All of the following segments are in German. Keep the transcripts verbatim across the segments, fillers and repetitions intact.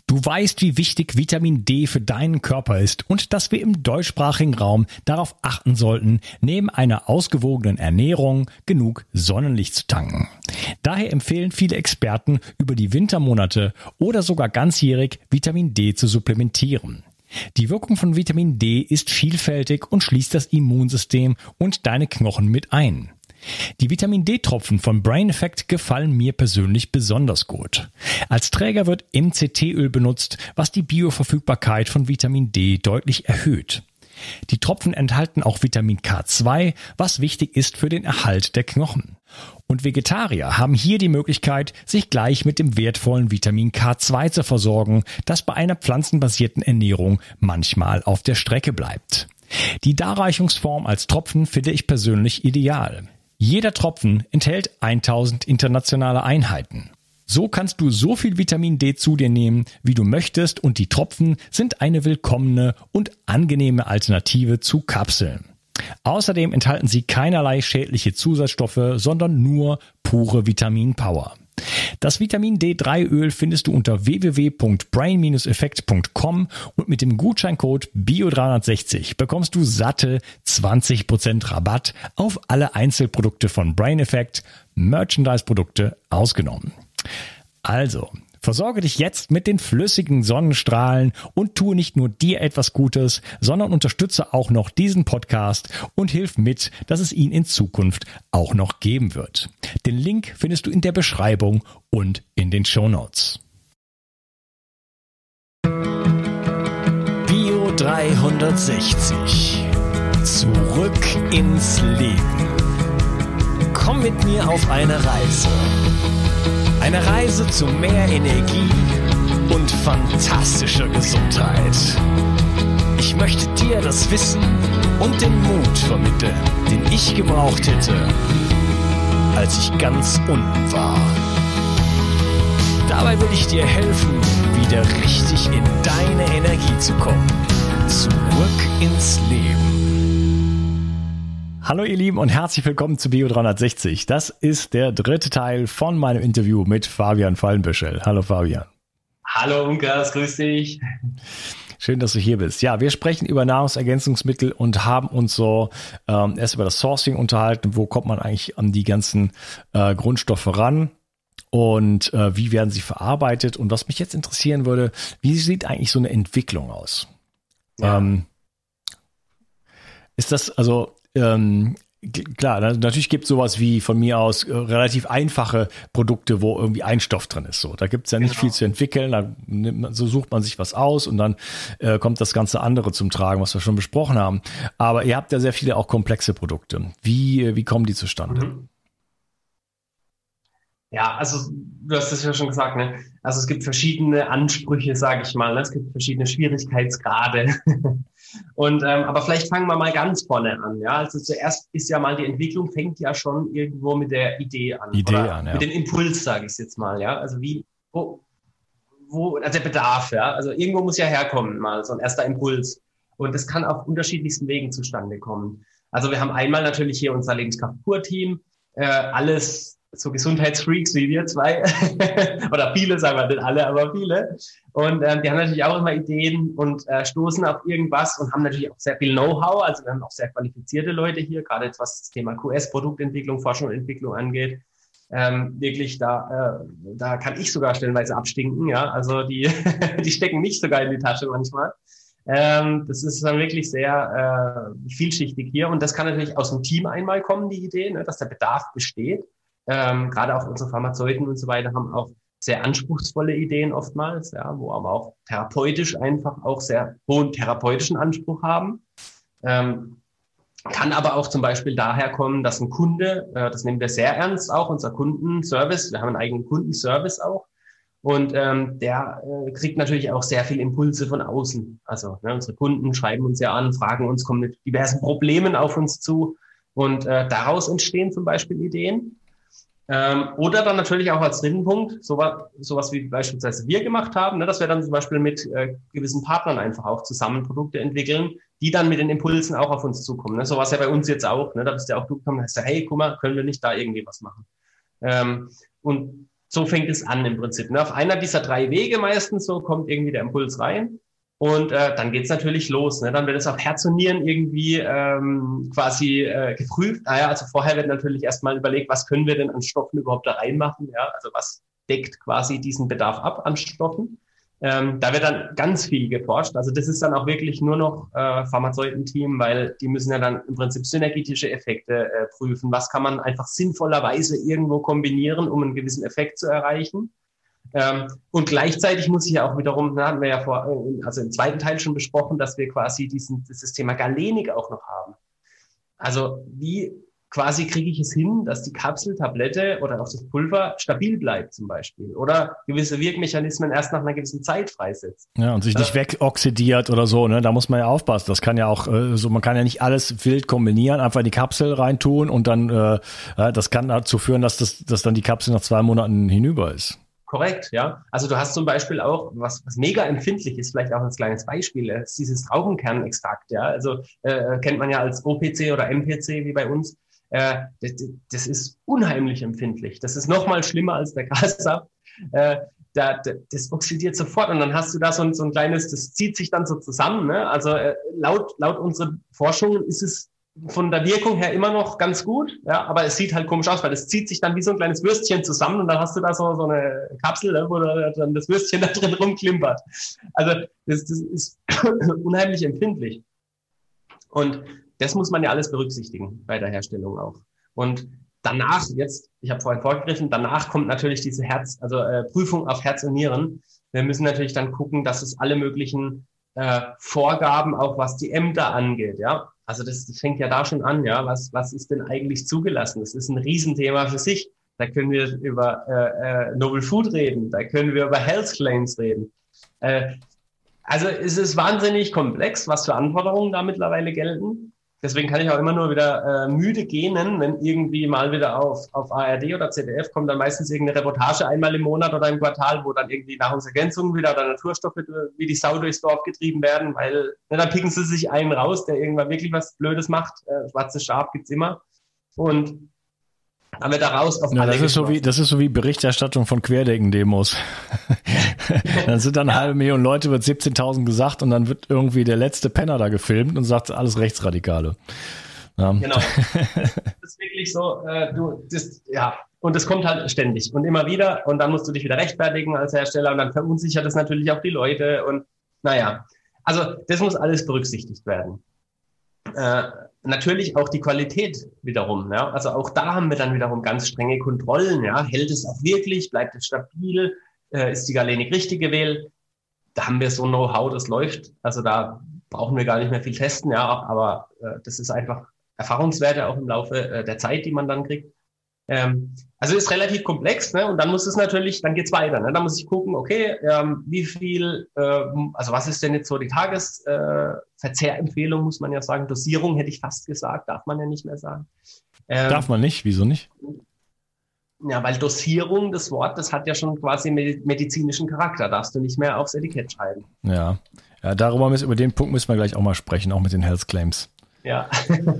Du weißt, wie wichtig Vitamin D für deinen Körper ist und dass wir im deutschsprachigen Raum darauf achten sollten, neben einer ausgewogenen Ernährung genug Sonnenlicht zu tanken. Daher empfehlen viele Experten, über die Wintermonate oder sogar ganzjährig Vitamin D zu supplementieren. Die Wirkung von Vitamin D ist vielfältig und schließt das Immunsystem und deine Knochen mit ein. Die Vitamin-D-Tropfen von Brain Effect gefallen mir persönlich besonders gut. Als Träger wird M C T-Öl benutzt, was die Bioverfügbarkeit von Vitamin D deutlich erhöht. Die Tropfen enthalten auch Vitamin K zwei, was wichtig ist für den Erhalt der Knochen. Und Vegetarier haben hier die Möglichkeit, sich gleich mit dem wertvollen Vitamin K zwei zu versorgen, das bei einer pflanzenbasierten Ernährung manchmal auf der Strecke bleibt. Die Darreichungsform als Tropfen finde ich persönlich ideal. Jeder Tropfen enthält tausend internationale Einheiten. So kannst du so viel Vitamin D zu dir nehmen, wie du möchtest, und die Tropfen sind eine willkommene und angenehme Alternative zu Kapseln. Außerdem enthalten sie keinerlei schädliche Zusatzstoffe, sondern nur pure Vitamin-Power. Das Vitamin D drei Öl findest du unter w w w punkt brain effect punkt com und mit dem Gutscheincode B I O drei sechzig bekommst du satte zwanzig Prozent Rabatt auf alle Einzelprodukte von Brain Effect, Merchandise-Produkte ausgenommen. Also, versorge dich jetzt mit den flüssigen Sonnenstrahlen und tue nicht nur dir etwas Gutes, sondern unterstütze auch noch diesen Podcast und hilf mit, dass es ihn in Zukunft auch noch geben wird. Den Link findest du in der Beschreibung und in den Shownotes. Bio dreihundertsechzig. Zurück ins Leben. Komm mit mir auf eine Reise. Eine Reise zu mehr Energie und fantastischer Gesundheit. Ich möchte dir das Wissen und den Mut vermitteln, den ich gebraucht hätte, als ich ganz unten war. Dabei will ich dir helfen, wieder richtig in deine Energie zu kommen. Zurück ins Leben. Hallo ihr Lieben und herzlich willkommen zu Bio dreihundertsechzig. Das ist der dritte Teil von meinem Interview mit Fabian Fallenbüschel. Hallo Fabian. Hallo Unkas, grüß dich. Schön, dass du hier bist. Ja, wir sprechen über Nahrungsergänzungsmittel und haben uns so ähm, erst über das Sourcing unterhalten. Wo kommt man eigentlich an die ganzen äh, Grundstoffe ran? Und äh, wie werden sie verarbeitet? Und was mich jetzt interessieren würde, wie sieht eigentlich so eine Entwicklung aus? Ja. Ähm, ist das, also ähm, klar, natürlich gibt es sowas wie von mir aus äh, relativ einfache Produkte, wo irgendwie ein Stoff drin ist. So, da gibt es ja nicht genau. viel zu entwickeln. Da nimmt man, so sucht man sich was aus und dann äh, kommt das ganze andere zum Tragen, was wir schon besprochen haben. Aber ihr habt ja sehr viele auch komplexe Produkte. Wie, wie kommen die zustande? Mhm. Ja, also du hast es ja schon gesagt, ne? Also es gibt verschiedene Ansprüche, sage ich mal, ne? Es gibt verschiedene Schwierigkeitsgrade. Und ähm, aber vielleicht fangen wir mal ganz vorne an. Ja, also zuerst ist ja mal die Entwicklung fängt ja schon irgendwo mit der Idee an, Idee oder an, ja. mit dem Impuls, sage ich es jetzt mal. Ja, also wie wo, wo also der Bedarf, ja, also irgendwo muss ja herkommen mal so ein erster Impuls. Und das kann auf unterschiedlichsten Wegen zustande kommen. Also wir haben einmal natürlich hier unser Lebenskraft-Pur-Team, äh, alles so Gesundheitsfreaks wie wir zwei oder viele, sagen wir nicht alle, aber viele. Und ähm, die haben natürlich auch immer Ideen und äh, stoßen auf irgendwas und haben natürlich auch sehr viel Know-how. Also wir haben auch sehr qualifizierte Leute hier, gerade jetzt was das Thema Q S, Produktentwicklung, Forschung und Entwicklung angeht. Ähm, wirklich, da äh, da kann ich sogar stellenweise abstinken. Ja, also die die stecken nicht sogar in die Tasche manchmal. Ähm, das ist dann wirklich sehr äh, vielschichtig hier und das kann natürlich aus dem Team einmal kommen, die Idee, ne, dass der Bedarf besteht. Ähm, gerade auch unsere Pharmazeuten und so weiter haben auch sehr anspruchsvolle Ideen oftmals, ja, wo aber auch therapeutisch einfach auch sehr hohen therapeutischen Anspruch haben. Ähm, kann aber auch zum Beispiel daher kommen, dass ein Kunde, äh, das nehmen wir sehr ernst auch, unser Kundenservice, wir haben einen eigenen Kundenservice auch und ähm, der äh, kriegt natürlich auch sehr viel Impulse von außen. Also ne, unsere Kunden schreiben uns ja an, fragen uns, kommen mit diversen Problemen auf uns zu und äh, daraus entstehen zum Beispiel Ideen. Ähm, oder dann natürlich auch als dritten Punkt, sowas, sowas wie beispielsweise wir gemacht haben, ne, dass wir dann zum Beispiel mit äh, gewissen Partnern einfach auch zusammen Produkte entwickeln, die dann mit den Impulsen auch auf uns zukommen. Ne. So war es ja bei uns jetzt auch. Ne, da bist ja auch du gekommen und hast gesagt, hey, guck mal, können wir nicht da irgendwie was machen? Ähm, und so fängt es an im Prinzip. Ne? Auf einer dieser drei Wege meistens so kommt irgendwie der Impuls rein und äh, dann geht's natürlich los. Ne? Dann wird es auf Herz und Nieren irgendwie ähm, quasi äh, geprüft. Naja, also vorher wird natürlich erstmal überlegt, was können wir denn an Stoffen überhaupt da reinmachen? Ja? Also was deckt quasi diesen Bedarf ab an Stoffen? Ähm, da wird dann ganz viel geforscht. Also das ist dann auch wirklich nur noch äh, Pharmazeutenteam, weil die müssen ja dann im Prinzip synergetische Effekte äh, prüfen. Was kann man einfach sinnvollerweise irgendwo kombinieren, um einen gewissen Effekt zu erreichen? Ähm, und gleichzeitig muss ich ja auch wiederum, da hatten wir ja vor, also im zweiten Teil schon besprochen, dass wir quasi diesen, dieses Thema Galenik auch noch haben. Also wie quasi kriege ich es hin, dass die Kapsel, Tablette oder auch das Pulver stabil bleibt zum Beispiel oder gewisse Wirkmechanismen erst nach einer gewissen Zeit freisetzt. Ja, und sich nicht äh, wegoxidiert oder so, ne? Da muss man ja aufpassen. Das kann ja auch äh, so, man kann ja nicht alles wild kombinieren, einfach in die Kapsel reintun und dann, äh, das kann dazu führen, dass das, dass dann die Kapsel nach zwei Monaten hinüber ist. Korrekt, ja. Also du hast zum Beispiel auch, was, was mega empfindlich ist, vielleicht auch als kleines Beispiel, ist dieses Traubenkernextrakt, ja. Also äh, kennt man ja als O P C oder M P C wie bei uns. Äh, das, das ist unheimlich empfindlich. Das ist noch mal schlimmer als der Grassaft. Äh, da, das oxidiert sofort und dann hast du da so ein, so ein kleines, das zieht sich dann so zusammen. Ne? Also äh, laut, laut unserer Forschungen ist es von der Wirkung her immer noch ganz gut, ja, aber es sieht halt komisch aus, weil es zieht sich dann wie so ein kleines Würstchen zusammen und dann hast du da so, so eine Kapsel, ne, wo dann das Würstchen da drin rumklimpert. Also das, das ist unheimlich empfindlich. Und das muss man ja alles berücksichtigen bei der Herstellung auch. Und danach, jetzt, ich habe vorhin vorgegriffen, danach kommt natürlich diese Herz, also äh, Prüfung auf Herz und Nieren. Wir müssen natürlich dann gucken, dass es alle möglichen äh, Vorgaben, auch was die Ämter angeht, ja. Also das, das fängt ja da schon an, ja. Was, was ist denn eigentlich zugelassen? Das ist ein Riesenthema für sich. Da können wir über äh, äh, Novel Food reden, da können wir über Health Claims reden. Äh, also es ist wahnsinnig komplex, was für Anforderungen da mittlerweile gelten. Deswegen kann ich auch immer nur wieder äh, müde gähnen, wenn irgendwie mal wieder auf, auf A R D oder Z D F kommt dann meistens irgendeine Reportage einmal im Monat oder im Quartal, wo dann irgendwie Nahrungsergänzungen wieder oder Naturstoffe wie die Sau durchs Dorf getrieben werden, weil ne, dann picken sie sich einen raus, der irgendwann wirklich was Blödes macht. Äh, schwarzes Schaf gibt's immer. Und haben wir da raus auf ja, alle das ist so wie das ist so wie Berichterstattung von Querdenken-Demos. Dann sind dann eine halbe Million Leute, wird siebzehntausend gesagt und dann wird irgendwie der letzte Penner da gefilmt und sagt alles Rechtsradikale. Ja. Genau. Das ist wirklich so, äh, du, das, ja, und das kommt halt ständig und immer wieder und dann musst du dich wieder rechtfertigen als Hersteller und dann verunsichert das natürlich auch die Leute und naja, also das muss alles berücksichtigt werden. Äh, natürlich auch die Qualität wiederum, ja, also auch da haben wir dann wiederum ganz strenge Kontrollen, ja, hält es auch wirklich, bleibt es stabil, äh, ist die Galenik richtig gewählt, da haben wir so ein Know-how, das läuft, also da brauchen wir gar nicht mehr viel testen, ja, aber äh, das ist einfach Erfahrungswerte auch im Laufe äh, der Zeit, die man dann kriegt. Ähm, also ist relativ komplex, ne? Und dann muss es natürlich, dann geht's weiter, ne? Dann muss ich gucken, okay, ähm, wie viel, äh, also was ist denn jetzt so die Tagesverzehrempfehlung, äh, muss man ja sagen. Dosierung hätte ich fast gesagt, darf man ja nicht mehr sagen. Ähm, darf man nicht? Wieso nicht? Ja, weil Dosierung, das Wort, das hat ja schon quasi medizinischen Charakter, darfst du nicht mehr aufs Etikett schreiben. Ja, ja, darüber müssen, über den Punkt müssen wir gleich auch mal sprechen, auch mit den Health Claims. Ja.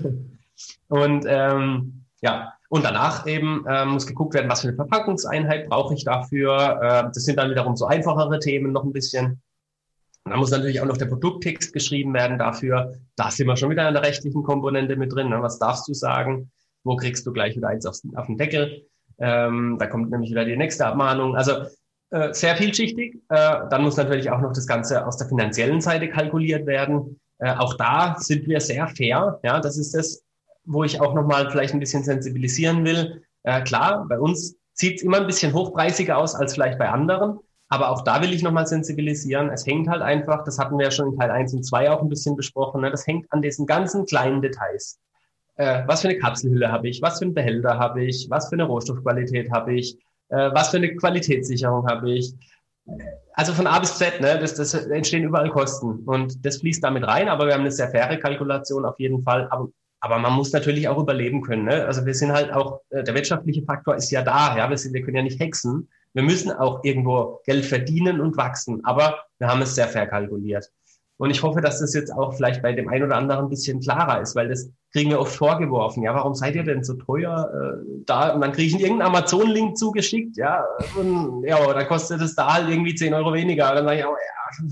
Und ähm, ja, und danach eben äh, muss geguckt werden, was für eine Verpackungseinheit brauche ich dafür. Äh, das sind dann wiederum so einfachere Themen noch ein bisschen. Und dann muss natürlich auch noch der Produkttext geschrieben werden dafür. Da sind wir schon wieder an der rechtlichen Komponente mit drin. Ne? Was darfst du sagen? Wo kriegst du gleich wieder eins auf, auf den Deckel? Ähm, da kommt nämlich wieder die nächste Abmahnung. Also äh, sehr vielschichtig. Äh, dann muss natürlich auch noch das Ganze aus der finanziellen Seite kalkuliert werden. Äh, auch da sind wir sehr fair. Ja, das ist das, wo ich auch nochmal vielleicht ein bisschen sensibilisieren will. Äh, klar, bei uns sieht es immer ein bisschen hochpreisiger aus als vielleicht bei anderen. Aber auch da will ich nochmal sensibilisieren. Es hängt halt einfach, das hatten wir ja schon in Teil eins und zwei auch ein bisschen besprochen, ne? Das hängt an diesen ganzen kleinen Details. Äh, was für eine Kapselhülle habe ich? Was für einen Behälter habe ich? Was für eine Rohstoffqualität habe ich? Äh, was für eine Qualitätssicherung habe ich? Also von A bis Z, ne, das, das entstehen überall Kosten und das fließt damit rein, aber wir haben eine sehr faire Kalkulation auf jeden Fall. Aber, aber man muss natürlich auch überleben können. Ne? Also wir sind halt auch, der wirtschaftliche Faktor ist ja da, ja, wir, sind, wir können ja nicht hexen. Wir müssen auch irgendwo Geld verdienen und wachsen, aber wir haben es sehr fair kalkuliert. Und ich hoffe, dass das jetzt auch vielleicht bei dem einen oder anderen ein bisschen klarer ist, weil das kriegen wir oft vorgeworfen. Ja, warum seid ihr denn so teuer äh, da? Und dann kriege ich irgendeinen Amazon-Link zugeschickt, ja, und ja, dann kostet es da halt irgendwie zehn Euro weniger. Und dann sage ich auch, ja,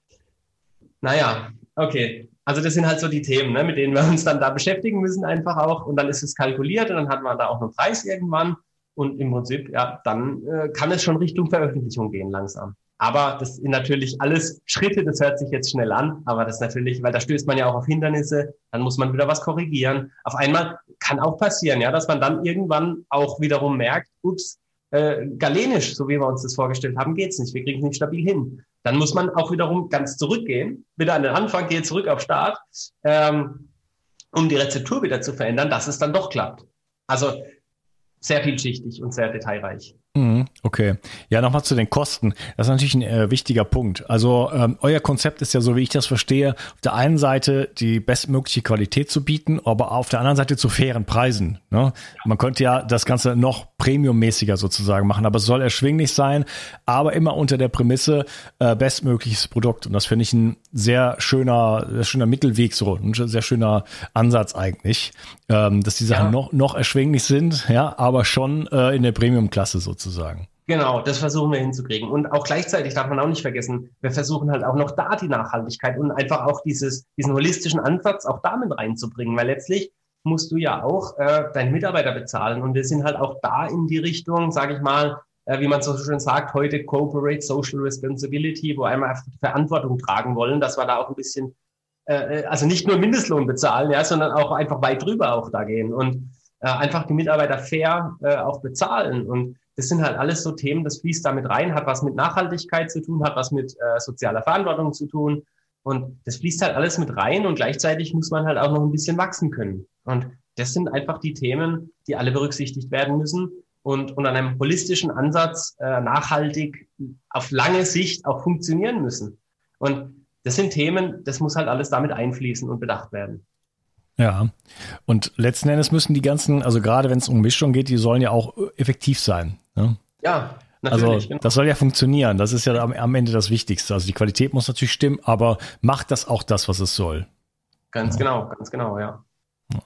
naja, okay. Also das sind halt so die Themen, ne, mit denen wir uns dann da beschäftigen müssen einfach auch. Und dann ist es kalkuliert und dann hat man da auch einen Preis irgendwann. Und im Prinzip, ja, dann äh, kann es schon Richtung Veröffentlichung gehen langsam. Aber das sind natürlich alles Schritte, das hört sich jetzt schnell an, aber das ist natürlich, weil da stößt man ja auch auf Hindernisse, dann muss man wieder was korrigieren. Auf einmal kann auch passieren, ja, dass man dann irgendwann auch wiederum merkt, ups, äh, galenisch, so wie wir uns das vorgestellt haben, geht's nicht, wir kriegen es nicht stabil hin. Dann muss man auch wiederum ganz zurückgehen, wieder an den Anfang, geht zurück auf Start, ähm, um die Rezeptur wieder zu verändern, dass es dann doch klappt. Also sehr vielschichtig und sehr detailreich. Okay. Ja, nochmal zu den Kosten. Das ist natürlich ein äh, wichtiger Punkt. Also ähm, euer Konzept ist ja, so wie ich das verstehe, auf der einen Seite die bestmögliche Qualität zu bieten, aber auf der anderen Seite zu fairen Preisen. Ne? Man könnte ja das Ganze noch premiummäßiger sozusagen machen, aber es soll erschwinglich sein, aber immer unter der Prämisse äh, bestmögliches Produkt. Und das finde ich ein sehr schöner, sehr schöner Mittelweg, so ein sehr schöner Ansatz eigentlich, ähm, dass die Sachen ja. noch noch erschwinglich sind, ja, aber schon äh, in der Premium-Klasse sozusagen. Sozusagen. Genau, das versuchen wir hinzukriegen. Und auch gleichzeitig darf man auch nicht vergessen, wir versuchen halt auch noch da die Nachhaltigkeit und einfach auch dieses, diesen holistischen Ansatz auch damit reinzubringen, weil letztlich musst du ja auch äh, deinen Mitarbeiter bezahlen und wir sind halt auch da in die Richtung, sage ich mal, äh, wie man so schön sagt, heute Corporate Social Responsibility, wo einmal einfach die Verantwortung tragen wollen, dass wir da auch ein bisschen, äh, also nicht nur Mindestlohn bezahlen, ja, sondern auch einfach weit drüber auch da gehen und äh, einfach die Mitarbeiter fair äh, auch bezahlen. Und das sind halt alles so Themen, das fließt damit rein, hat was mit Nachhaltigkeit zu tun, hat was mit äh, sozialer Verantwortung zu tun. Und das fließt halt alles mit rein und gleichzeitig muss man halt auch noch ein bisschen wachsen können. Und das sind einfach die Themen, die alle berücksichtigt werden müssen und unter einem holistischen Ansatz äh, nachhaltig auf lange Sicht auch funktionieren müssen. Und das sind Themen, das muss halt alles damit einfließen und bedacht werden. Ja, und letzten Endes müssen die ganzen, also gerade wenn es um Mischung geht, die sollen ja auch effektiv sein. Ne? Ja, natürlich. Also genau. Das soll ja funktionieren, das ist ja am, am Ende das Wichtigste. Also die Qualität muss natürlich stimmen, aber macht das auch das, was es soll? Ganz ja. genau, ganz genau, ja. Ja.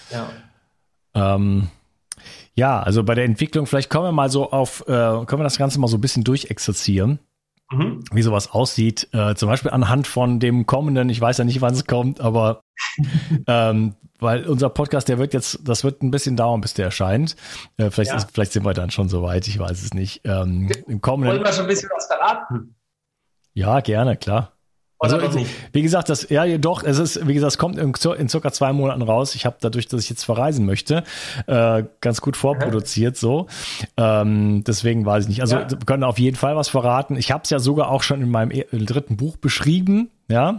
Ja. Ähm, ja, also bei der Entwicklung, vielleicht kommen wir mal so auf, äh, können wir das Ganze mal so ein bisschen durchexerzieren. Mhm. Wie sowas aussieht, äh, zum Beispiel anhand von dem kommenden, ich weiß ja nicht, wann es kommt, aber ähm, weil unser Podcast, der wird jetzt, das wird ein bisschen dauern, bis der erscheint. Äh, vielleicht, ja. ist, vielleicht sind wir dann schon soweit, ich weiß es nicht. Ähm, im kommenden, wollen wir schon ein bisschen was verraten? Ja, gerne, klar. Also, wie gesagt, das, ja, doch, es ist, wie gesagt, es kommt in, in circa zwei Monaten raus. Ich habe dadurch, dass ich jetzt verreisen möchte, äh, ganz gut vorproduziert, so. Ähm, deswegen weiß ich nicht. Also, ja. wir können auf jeden Fall was verraten. Ich habe es ja sogar auch schon in meinem dritten Buch beschrieben, ja.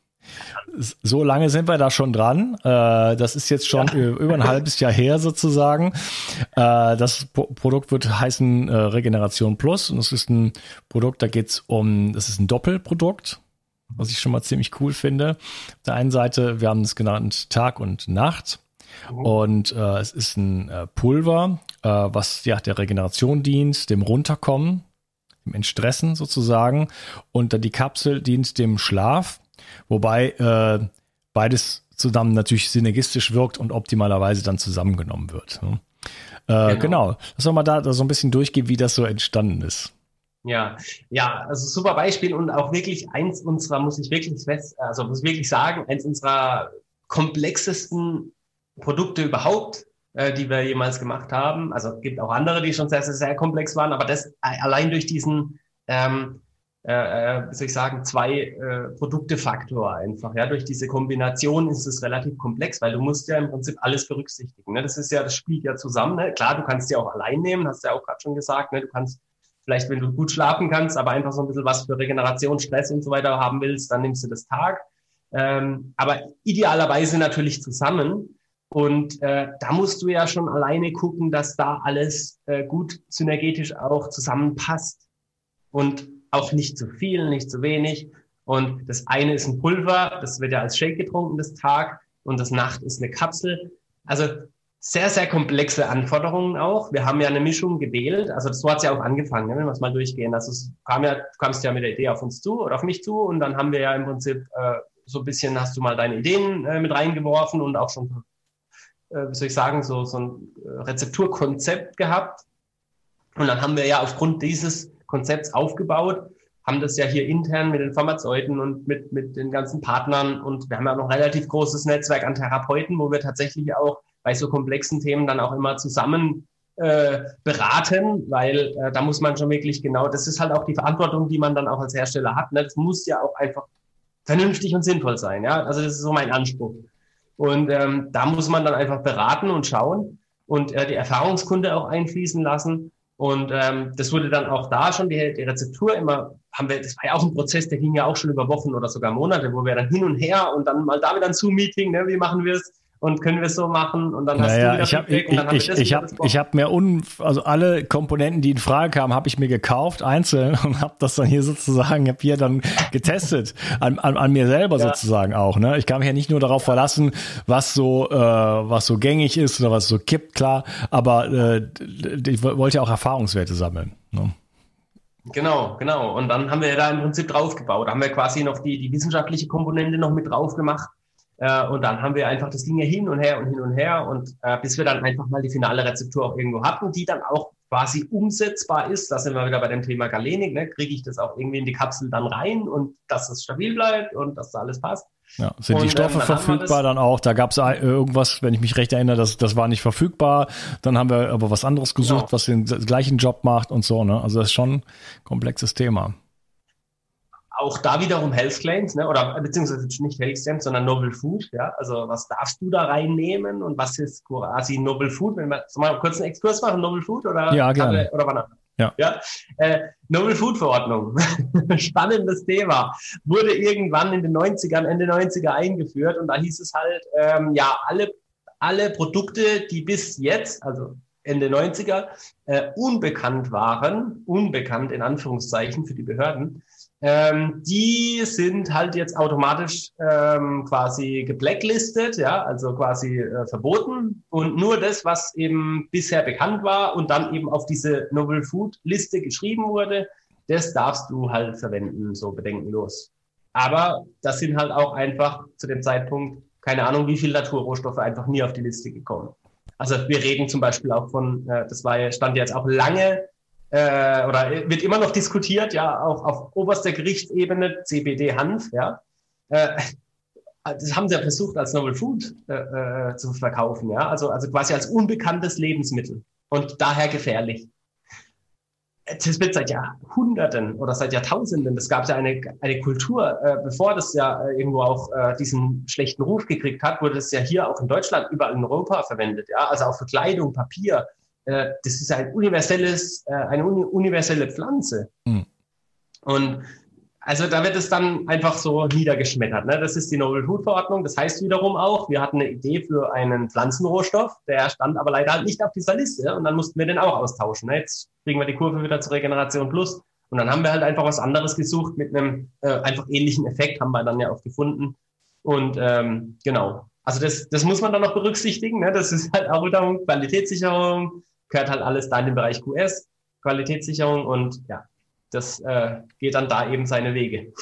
So lange sind wir da schon dran. Äh, das ist jetzt schon ja. über ein halbes Jahr her sozusagen. Äh, das Pro- Produkt wird heißen äh, Regeneration Plus und es ist ein Produkt, da geht's um, das ist ein Doppelprodukt, was ich schon mal ziemlich cool finde. Auf der einen Seite, wir haben es genannt Tag und Nacht. Mhm. Und äh, es ist ein äh, Pulver, äh, was ja der Regeneration dient, dem Runterkommen, dem Entstressen sozusagen. Und dann die Kapsel dient dem Schlaf, wobei äh, beides zusammen natürlich synergistisch wirkt und optimalerweise dann zusammengenommen wird. Ne? Äh, genau. genau. Lass uns mal da, da so ein bisschen durchgehen, wie das so entstanden ist. Ja, ja, also super Beispiel und auch wirklich eins unserer, muss ich wirklich fest, also muss ich wirklich sagen, eins unserer komplexesten Produkte überhaupt, äh, die wir jemals gemacht haben. Also es gibt auch andere, die schon sehr, sehr, sehr komplex waren, aber das allein durch diesen, ähm, äh, wie soll ich sagen, zwei äh, Produkte-Faktor einfach, ja, durch diese Kombination ist es relativ komplex, weil du musst ja im Prinzip alles berücksichtigen. Ne? Das ist ja, das spielt ja zusammen. Ne? Klar, du kannst ja auch allein nehmen, hast du ja auch gerade schon gesagt, ne? Du kannst vielleicht, wenn du gut schlafen kannst, aber einfach so ein bisschen was für Regeneration, Stress und so weiter haben willst, dann nimmst du das Tag. Ähm, aber idealerweise natürlich zusammen. Und äh, da musst du ja schon alleine gucken, dass da alles äh, gut synergetisch auch zusammenpasst. Und auch nicht zu viel, nicht zu wenig. Und das eine ist ein Pulver, das wird ja als Shake getrunken, das Tag. Und das Nacht ist eine Kapsel. Also sehr, sehr komplexe Anforderungen auch. Wir haben ja eine Mischung gewählt. Also so hat es ja auch angefangen, ne, wenn wir es mal durchgehen. Also es kam ja, du kamst ja mit der Idee auf uns zu oder auf mich zu und dann haben wir ja im Prinzip äh, so ein bisschen, hast du mal deine Ideen äh, mit reingeworfen und auch schon, äh, wie soll ich sagen, so, so ein Rezepturkonzept gehabt. Und dann haben wir ja aufgrund dieses Konzepts aufgebaut, haben das ja hier intern mit den Pharmazeuten und mit, mit den ganzen Partnern und wir haben ja noch ein relativ großes Netzwerk an Therapeuten, wo wir tatsächlich auch bei so komplexen Themen dann auch immer zusammen äh, beraten, weil äh, da muss man schon wirklich genau, das ist halt auch die Verantwortung, die man dann auch als Hersteller hat. Ne? Das muss ja auch einfach vernünftig und sinnvoll sein. Ja, also das ist so mein Anspruch. Und ähm, da muss man dann einfach beraten und schauen und äh, die Erfahrungskunde auch einfließen lassen. Und ähm, das wurde dann auch da schon, die, die Rezeptur immer, haben wir, das war ja auch ein Prozess, der ging ja auch schon über Wochen oder sogar Monate, wo wir dann hin und her und dann mal da wieder ein Zoom-Meeting, ne, wie machen wir es? Und können wir es so machen? Und dann hast naja, du wieder ich hab, Feedback ich, und dann haben ich, wir das ich habe ich hab mir un, also alle Komponenten, die in Frage kamen, habe ich mir gekauft, einzeln und habe das dann hier sozusagen, habe hier dann getestet an, an, an mir selber ja. sozusagen auch. Ne, ich kann mich ja nicht nur darauf ja. verlassen, was so äh, was so gängig ist oder was so kippt, klar. Aber äh, ich wollte ja auch Erfahrungswerte sammeln. Ne? Genau, genau. Und dann haben wir da im Prinzip drauf gebaut. Da haben wir quasi noch die die wissenschaftliche Komponente noch mit drauf gemacht. Äh, und dann haben wir einfach, das ging ja hin und her und hin und her und äh, bis wir dann einfach mal die finale Rezeptur auch irgendwo hatten, die dann auch quasi umsetzbar ist. Da sind wir wieder bei dem Thema Galenik, ne? Kriege ich das auch irgendwie in die Kapsel dann rein und dass es stabil bleibt und dass da alles passt. Ja, sind und, die Stoffe ähm, dann verfügbar dann auch? Da gab es irgendwas, wenn ich mich recht erinnere, das, das war nicht verfügbar. Dann haben wir aber was anderes gesucht, genau. was den gleichen Job macht und so. Ne? Also das ist schon ein komplexes Thema. Auch da wiederum Health Claims, ne? Oder beziehungsweise nicht Health Claims, sondern Novel Food. Ja, also was darfst du da reinnehmen und was ist quasi Novel Food? Wenn wir mal kurz einen Exkurs machen, Novel Food oder ja, gerne. oder Banane? Ja. ja? Äh, Novel Food Verordnung, spannendes Thema, wurde irgendwann in den neunzigern, Ende neunziger eingeführt und da hieß es halt, ähm, ja, alle alle Produkte, die bis jetzt, also Ende neunziger, äh, unbekannt waren, unbekannt in Anführungszeichen für die Behörden, Ähm, die sind halt jetzt automatisch ähm, quasi geblacklistet, ja, also quasi äh, verboten. Und nur das, was eben bisher bekannt war und dann eben auf diese Novel Food Liste geschrieben wurde, das darfst du halt verwenden, so bedenkenlos. Aber das sind halt auch einfach zu dem Zeitpunkt, keine Ahnung, wie viele Naturrohstoffe einfach nie auf die Liste gekommen. Also wir reden zum Beispiel auch von, äh, das war ja, stand jetzt auch lange, Äh, oder wird immer noch diskutiert, ja, auch auf oberster Gerichtsebene, C B D-Hanf, ja. Äh, das haben sie ja versucht, als Novel Food äh, äh, zu verkaufen, ja, also, also quasi als unbekanntes Lebensmittel und daher gefährlich. Das wird seit Jahrhunderten oder seit Jahrtausenden, das gab ja eine, eine Kultur, äh, bevor das ja äh, irgendwo auch äh, diesen schlechten Ruf gekriegt hat, wurde das ja hier auch in Deutschland, überall in Europa verwendet, ja, also auch für Kleidung, Papier. Das ist ein universelles, eine universelle Pflanze. Mhm. Und also da wird es dann einfach so niedergeschmettert. Ne? Das ist die Novel Food Verordnung. Das heißt wiederum auch, wir hatten eine Idee für einen Pflanzenrohstoff, der stand aber leider halt nicht auf dieser Liste und dann mussten wir den auch austauschen. Ne? Jetzt kriegen wir die Kurve wieder zur Regeneration Plus und dann haben wir halt einfach was anderes gesucht mit einem äh, einfach ähnlichen Effekt, haben wir dann ja auch gefunden. Und ähm, genau, also das, das muss man dann noch berücksichtigen. Ne? Das ist halt auch wieder Qualitätssicherung, gehört halt alles da in den Bereich Q S, Qualitätssicherung und ja, das äh, geht dann da eben seine Wege.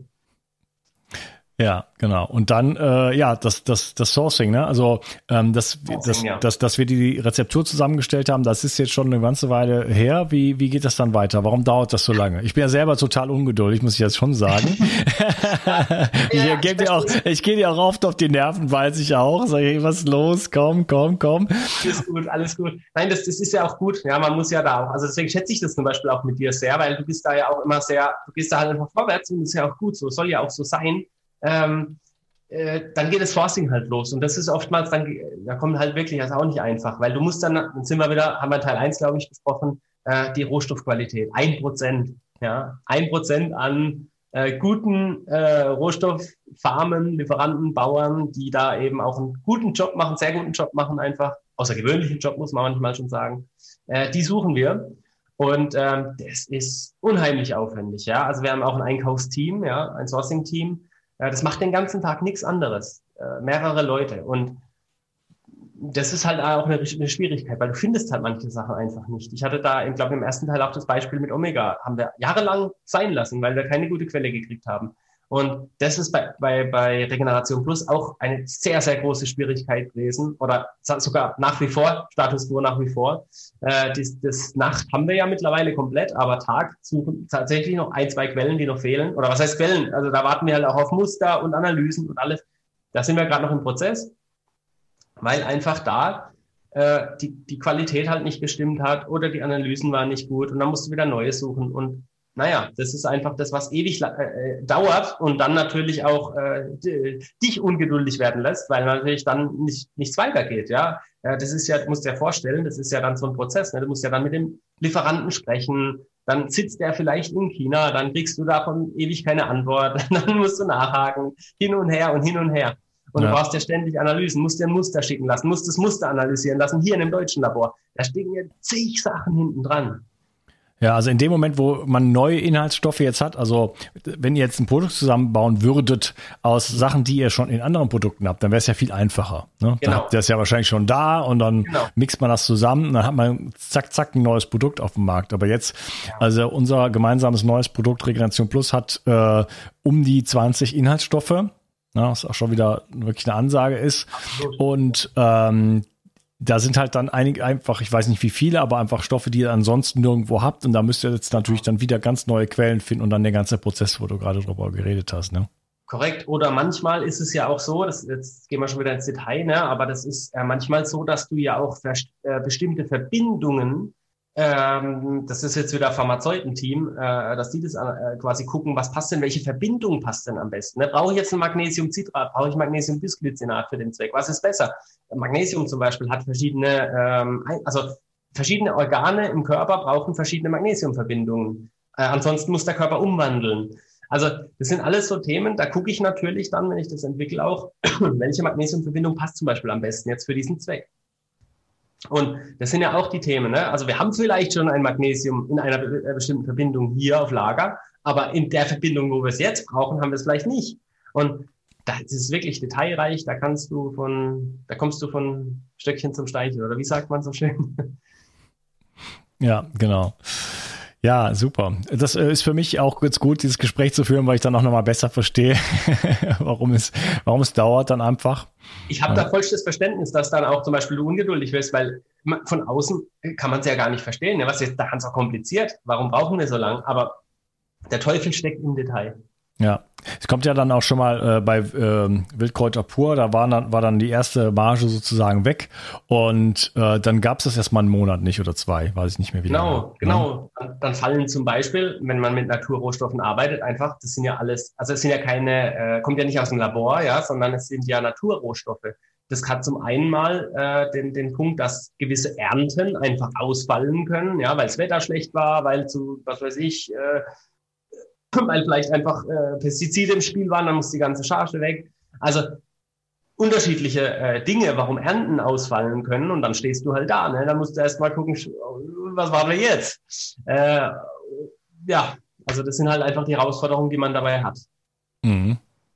Ja, genau. Und dann, äh, ja, das, das, das Sourcing, ne? Also, ähm, das, Sourcing, das, ja. das, dass wir die Rezeptur zusammengestellt haben, das ist jetzt schon eine ganze Weile her. Wie, wie geht das dann weiter? Warum dauert das so lange? Ich bin ja selber total ungeduldig, muss ich jetzt schon sagen. ich ja, gebe dir auch, ich gehe dir auch oft auf die Nerven, weiß ich auch. Sag ich, was ist los? Komm, komm, komm. Alles gut, alles gut. Nein, das, das ist ja auch gut. Ja, man muss ja da auch, also deswegen schätze ich das zum Beispiel auch mit dir sehr, weil du bist da ja auch immer sehr, du gehst da halt einfach vorwärts und das ist ja auch gut so, soll ja auch so sein. Ähm, äh, dann geht das Sourcing halt los und das ist oftmals dann, da kommt halt wirklich, das ist auch nicht einfach, weil du musst dann, dann sind wir wieder, haben wir Teil eins, glaube ich, besprochen, äh, die Rohstoffqualität, ein Prozent, ja, ein Prozent an äh, guten äh, Rohstofffarmen, Lieferanten, Bauern, die da eben auch einen guten Job machen, sehr guten Job machen einfach, außergewöhnlichen Job muss man manchmal schon sagen, äh, die suchen wir. Und ähm, das ist unheimlich aufwendig, ja, also wir haben auch ein Einkaufsteam, ja, ein Sourcing-Team. Das macht den ganzen Tag nichts anderes. Äh, mehrere Leute. Und das ist halt auch eine, eine Schwierigkeit, weil du findest halt manche Sachen einfach nicht. Ich hatte da, ich glaube, im ersten Teil auch das Beispiel mit Omega. Haben wir jahrelang sein lassen, weil wir keine gute Quelle gekriegt haben. Und das ist bei, bei, bei Regeneration Plus auch eine sehr, sehr große Schwierigkeit gewesen oder sogar nach wie vor, Status quo nach wie vor. Äh, das, das Nacht haben wir ja mittlerweile komplett, aber Tag suchen tatsächlich noch ein, zwei Quellen, die noch fehlen. Oder was heißt Quellen? Also da warten wir halt auch auf Muster und Analysen und alles. Da sind wir gerade noch im Prozess, weil einfach da äh, die, die Qualität halt nicht gestimmt hat oder die Analysen waren nicht gut und dann musst du wieder neue suchen und naja, das ist einfach das, was ewig äh, dauert und dann natürlich auch äh, dich ungeduldig werden lässt, weil natürlich dann nicht, nichts weitergeht, ja. Äh, das ist ja, du musst dir vorstellen, das ist ja dann so ein Prozess, ne? Du musst ja dann mit dem Lieferanten sprechen, dann sitzt der vielleicht in China, dann kriegst du davon ewig keine Antwort, dann musst du nachhaken, hin und her und hin und her. Und ja. Du brauchst ja ständig Analysen, musst dir ein Muster schicken lassen, musst das Muster analysieren lassen, hier in einem deutschen Labor. Da stecken ja zig Sachen hinten dran. Ja, also in dem Moment, wo man neue Inhaltsstoffe jetzt hat, also wenn ihr jetzt ein Produkt zusammenbauen würdet aus Sachen, die ihr schon in anderen Produkten habt, dann wäre es ja viel einfacher. Ne? Genau. Dann habt ihr es ja wahrscheinlich schon da und dann genau. mixt man das zusammen und dann hat man zack, zack ein neues Produkt auf dem Markt. Aber jetzt, ja. also unser gemeinsames neues Produkt Regeneration Plus hat äh, um die zwanzig Inhaltsstoffe, ne? Was auch schon wieder wirklich eine Ansage ist. Absolut. Und ähm, da sind halt dann einige einfach, ich weiß nicht wie viele, aber einfach Stoffe, die ihr ansonsten nirgendwo habt. Und da müsst ihr jetzt natürlich dann wieder ganz neue Quellen finden und dann der ganze Prozess, wo du gerade drüber geredet hast, ne? Korrekt. Oder manchmal ist es ja auch so, das, jetzt gehen wir schon wieder ins Detail, ne? Aber das ist äh, manchmal so, dass du ja auch vers- äh, bestimmte Verbindungen, ähm, das ist jetzt wieder Pharmazeutenteam, äh, dass die das äh, quasi gucken, was passt denn, welche Verbindung passt denn am besten? Ne? Brauche ich jetzt ein Magnesiumcitrat? Brauche ich Magnesiumbisglycinat für den Zweck? Was ist besser? Magnesium zum Beispiel hat verschiedene, ähm, also verschiedene Organe im Körper brauchen verschiedene Magnesiumverbindungen. Äh, ansonsten muss der Körper umwandeln. Also das sind alles so Themen, da gucke ich natürlich dann, wenn ich das entwickle, auch, welche Magnesiumverbindung passt zum Beispiel am besten jetzt für diesen Zweck. Und das sind ja auch die Themen, ne? Also wir haben vielleicht schon ein Magnesium in einer be- bestimmten Verbindung hier auf Lager, aber in der Verbindung, wo wir es jetzt brauchen, haben wir es vielleicht nicht. Und das ist wirklich detailreich, da kannst du von, da kommst du von Stöckchen zum Steinchen, oder wie sagt man so schön? Ja, genau. Ja, super. Das ist für mich auch ganz gut, dieses Gespräch zu führen, weil ich dann auch nochmal besser verstehe, warum es, warum es dauert dann einfach. Ich habe ja. da vollstes Verständnis, dass dann auch zum Beispiel du ungeduldig wirst, weil von außen kann man es ja gar nicht verstehen. Was ist daran so kompliziert? Warum brauchen wir so lange? Aber der Teufel steckt im Detail. Ja, es kommt ja dann auch schon mal äh, bei äh, Wildkräuter pur, da war dann, war dann die erste Marge sozusagen weg und äh, dann gab es das erstmal einen Monat nicht oder zwei, weiß ich nicht mehr wie genau, lange. Genau, genau. Dann, dann fallen zum Beispiel, wenn man mit Naturrohstoffen arbeitet, einfach, das sind ja alles, also es sind ja keine, äh, kommt ja nicht aus dem Labor, ja, sondern es sind ja Naturrohstoffe. Das hat zum einen mal äh, den, den Punkt, dass gewisse Ernten einfach ausfallen können, ja, weil das Wetter schlecht war, weil zu, was weiß ich, äh, weil vielleicht einfach äh, Pestizide im Spiel waren, dann muss die ganze Charge weg. Also unterschiedliche äh, Dinge, warum Ernten ausfallen können und dann stehst du halt da. Ne? Dann musst du erst mal gucken, was war denn jetzt? Äh, ja, also das sind halt einfach die Herausforderungen, die man dabei hat. Mhm.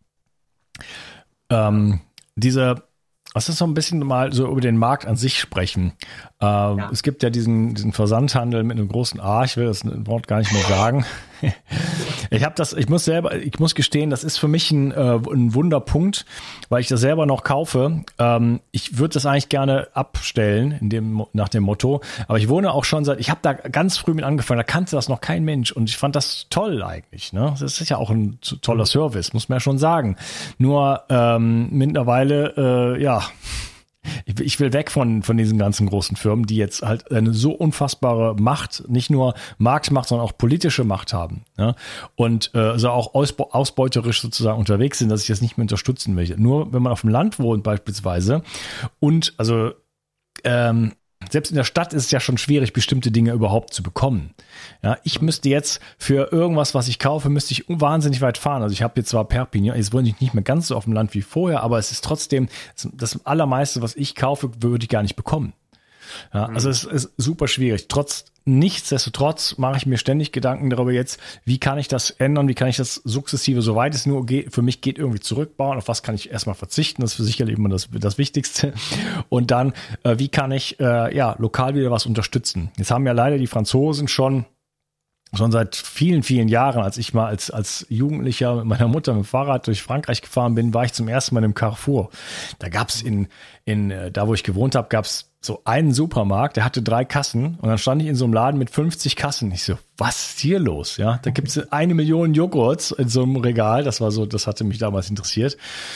Ähm, diese Lass uns noch ein bisschen mal so über den Markt an sich sprechen. Äh, ja. Es gibt ja diesen, diesen Versandhandel mit einem großen A, ich will das Wort gar nicht mehr sagen. Ich habe das, ich muss selber, ich muss gestehen, das ist für mich ein, äh, ein Wunderpunkt, weil ich das selber noch kaufe. Ähm, ich würde das eigentlich gerne abstellen, in dem, nach dem Motto. Aber ich wohne auch schon seit, ich habe da ganz früh mit angefangen, da kannte das noch kein Mensch und ich fand das toll eigentlich. Ne? Das ist ja auch ein toller Service, muss man ja schon sagen. Nur ähm, mittlerweile, äh, ja, Ich, ich will weg von, von diesen ganzen großen Firmen, die jetzt halt eine so unfassbare Macht, nicht nur Marktmacht, sondern auch politische Macht haben. Ne? Und äh, also auch ausbe- ausbeuterisch sozusagen unterwegs sind, dass ich das nicht mehr unterstützen möchte. Nur wenn man auf dem Land wohnt beispielsweise und also ähm, selbst in der Stadt ist es ja schon schwierig, bestimmte Dinge überhaupt zu bekommen. Ja, ich müsste jetzt für irgendwas, was ich kaufe, müsste ich wahnsinnig weit fahren. Also ich habe jetzt zwar Perpignan, jetzt wohne ich nicht mehr ganz so auf dem Land wie vorher, aber es ist trotzdem das allermeiste, was ich kaufe, würde ich gar nicht bekommen. Ja, also es ist super schwierig. Trotz Nichtsdestotrotz mache ich mir ständig Gedanken darüber jetzt, wie kann ich das ändern, wie kann ich das sukzessive, soweit es nur geht, für mich geht, irgendwie zurückbauen, auf was kann ich erstmal verzichten, das ist für sicherlich immer das, das Wichtigste. Und dann, äh, wie kann ich äh, ja lokal wieder was unterstützen. Jetzt haben ja leider die Franzosen schon Schon seit vielen, vielen Jahren, als ich mal als, als Jugendlicher mit meiner Mutter mit dem Fahrrad durch Frankreich gefahren bin, war ich zum ersten Mal im Carrefour. Da gab's in, in, da wo ich gewohnt habe, gab's so einen Supermarkt, der hatte drei Kassen und dann stand ich in so einem Laden mit fünfzig Kassen. Ich so, was ist hier los? Ja, da gibt's eine Million Joghurts in so einem Regal. Das war so, das hatte mich damals interessiert.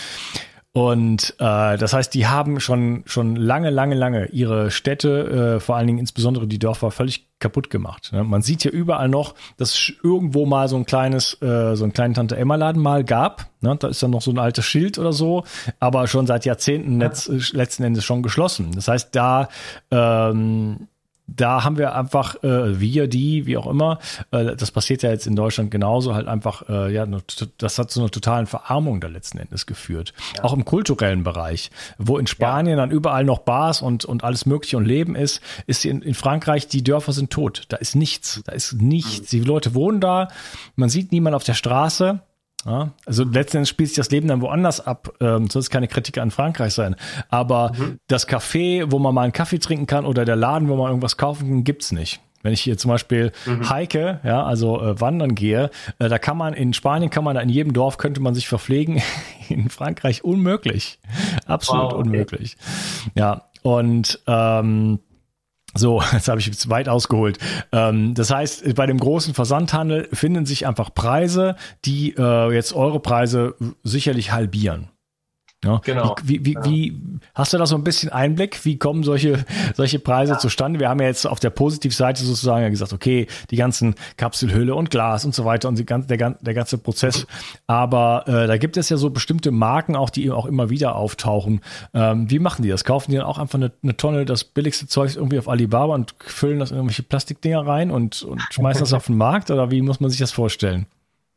Und äh, das heißt, die haben schon schon lange, lange, lange ihre Städte, äh, vor allen Dingen insbesondere die Dörfer, völlig kaputt gemacht. Ne? Man sieht ja überall noch, dass es irgendwo mal so ein kleines, äh, so einen kleinen Tante-Emma-Laden mal gab. Ne? Da ist dann noch so ein altes Schild oder so, aber schon seit Jahrzehnten letzt, letzten Endes schon geschlossen. Das heißt, da ähm, Da haben wir einfach, äh, wir, die, wie auch immer, äh, das passiert ja jetzt in Deutschland genauso, halt einfach, äh, ja, das hat zu einer totalen Verarmung da letzten Endes geführt. Ja. Auch im kulturellen Bereich, wo in Spanien ja. dann überall noch Bars und, und alles Mögliche und Leben ist, ist in, in Frankreich, die Dörfer sind tot. Da ist nichts, da ist nichts. Mhm. Die Leute wohnen da, man sieht niemanden auf der Straße. Ja, also letzten Endes spielt sich das Leben dann woanders ab. Ähm, soll es keine Kritik an Frankreich sein. Aber mhm. das Café, wo man mal einen Kaffee trinken kann oder der Laden, wo man irgendwas kaufen kann, gibt's nicht. Wenn ich hier zum Beispiel mhm. hike, ja, also äh, wandern gehe, äh, da kann man in Spanien, kann man da in jedem Dorf, könnte man sich verpflegen. In Frankreich unmöglich. Absolut wow, okay. unmöglich. Ja, und ähm, So, jetzt habe ich jetzt weit ausgeholt. Ähm, das heißt, bei dem großen Versandhandel finden sich einfach Preise, die äh, jetzt eure Preise sicherlich halbieren. Ja, genau. Wie, wie, genau. wie, hast du da so ein bisschen Einblick? Wie kommen solche, solche Preise ja. zustande? Wir haben ja jetzt auf der Positivseite sozusagen ja gesagt, okay, die ganzen Kapselhülle und Glas und so weiter und die ganze, der, der ganze Prozess. Mhm. Aber äh, da gibt es ja so bestimmte Marken auch, die auch immer wieder auftauchen. Ähm, wie machen die das? Kaufen die dann auch einfach eine, eine Tonne das billigste Zeug irgendwie auf Alibaba und füllen das in irgendwelche Plastikdinger rein und, und schmeißen das auf den Markt? Oder wie muss man sich das vorstellen?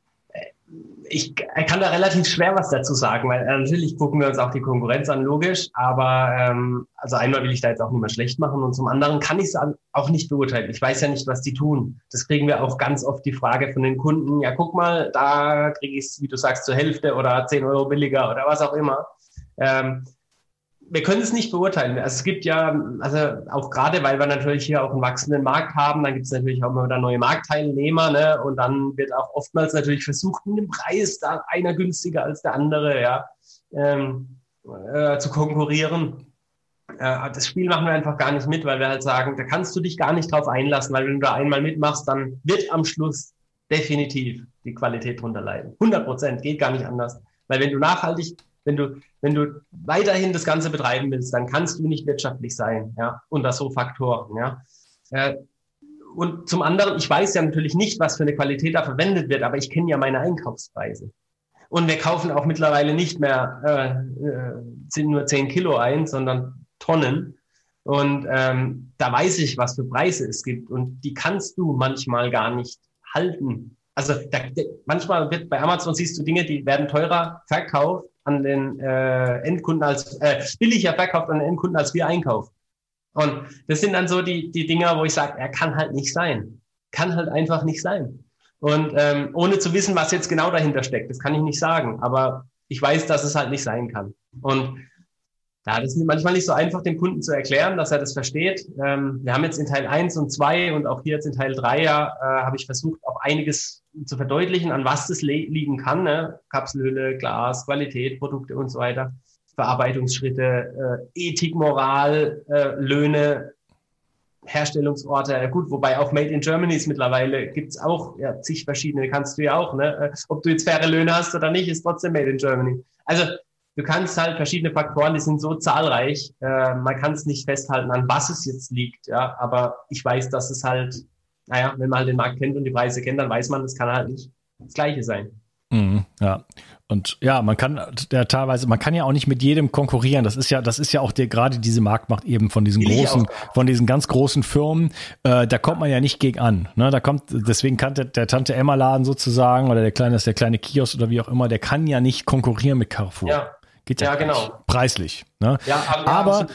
Ich kann da relativ schwer was dazu sagen, weil äh, natürlich gucken wir uns auch die Konkurrenz an, logisch, aber ähm, also einmal will ich da jetzt auch nicht mehr schlecht machen und zum anderen kann ich es auch nicht beurteilen. Ich weiß ja nicht, was die tun. Das kriegen wir auch ganz oft die Frage von den Kunden, ja guck mal, da kriege ich es, wie du sagst, zur Hälfte oder zehn Euro billiger oder was auch immer. Ähm, wir können es nicht beurteilen. Also es gibt ja, also auch gerade, weil wir natürlich hier auch einen wachsenden Markt haben, dann gibt es natürlich auch immer wieder neue Marktteilnehmer, ne? Und dann wird auch oftmals natürlich versucht, mit dem Preis da einer günstiger als der andere, ja, ähm, äh, zu konkurrieren. Äh, das Spiel machen wir einfach gar nicht mit, weil wir halt sagen, da kannst du dich gar nicht drauf einlassen, weil wenn du da einmal mitmachst, dann wird am Schluss definitiv die Qualität drunter leiden. hundert Prozent, geht gar nicht anders. Weil wenn du nachhaltig Wenn du, wenn du weiterhin das Ganze betreiben willst, dann kannst du nicht wirtschaftlich sein, ja, unter so Faktoren, ja. Äh, und zum anderen, ich weiß ja natürlich nicht, was für eine Qualität da verwendet wird, aber ich kenne ja meine Einkaufspreise. Und wir kaufen auch mittlerweile nicht mehr äh, äh, sind nur zehn Kilo ein, sondern Tonnen. Und ähm, da weiß ich, was für Preise es gibt. Und die kannst du manchmal gar nicht halten. Also da, manchmal wird bei Amazon siehst du Dinge, die werden teurer verkauft an den äh, Endkunden als äh, billiger verkauft an den Endkunden, als wir einkaufen. Und das sind dann so die die Dinger, wo ich sage, er kann halt nicht sein. Kann halt einfach nicht sein. Und ähm, ohne zu wissen, was jetzt genau dahinter steckt, das kann ich nicht sagen. Aber ich weiß, dass es halt nicht sein kann. Und ja, das ist manchmal nicht so einfach, dem Kunden zu erklären, dass er das versteht. Ähm, wir haben jetzt in Teil eins und zwei und auch hier jetzt in Teil drei ja, äh, habe ich versucht, auch einiges zu verdeutlichen, an was das le- liegen kann. Ne? Kapselhülle, Glas, Qualität, Produkte und so weiter, Verarbeitungsschritte, äh, Ethik, Moral, äh, Löhne, Herstellungsorte. Gut, wobei auch Made in Germany ist mittlerweile, gibt's auch ja, zig verschiedene, kannst du ja auch. Ne? Ob du jetzt faire Löhne hast oder nicht, ist trotzdem Made in Germany. Also du kannst halt verschiedene Faktoren, die sind so zahlreich, äh, man kann es nicht festhalten, an was es jetzt liegt, ja, aber ich weiß, dass es halt, naja, wenn man halt den Markt kennt und die Preise kennt, dann weiß man, es kann halt nicht das Gleiche sein. Mhm, ja. Und ja, man kann ja teilweise, man kann ja auch nicht mit jedem konkurrieren. Das ist ja, das ist ja auch der, gerade diese Marktmacht eben von diesen großen, von diesen ganz großen Firmen. Äh, da kommt man ja nicht gegen an. Ne? Da kommt, deswegen kann der, der Tante Emma Laden sozusagen oder der kleine, der kleine Kiosk oder wie auch immer, der kann ja nicht konkurrieren mit Carrefour. Ja. Geht ja, ja genau. Nicht. Preislich. Ne? Ja, aber, aber, ja,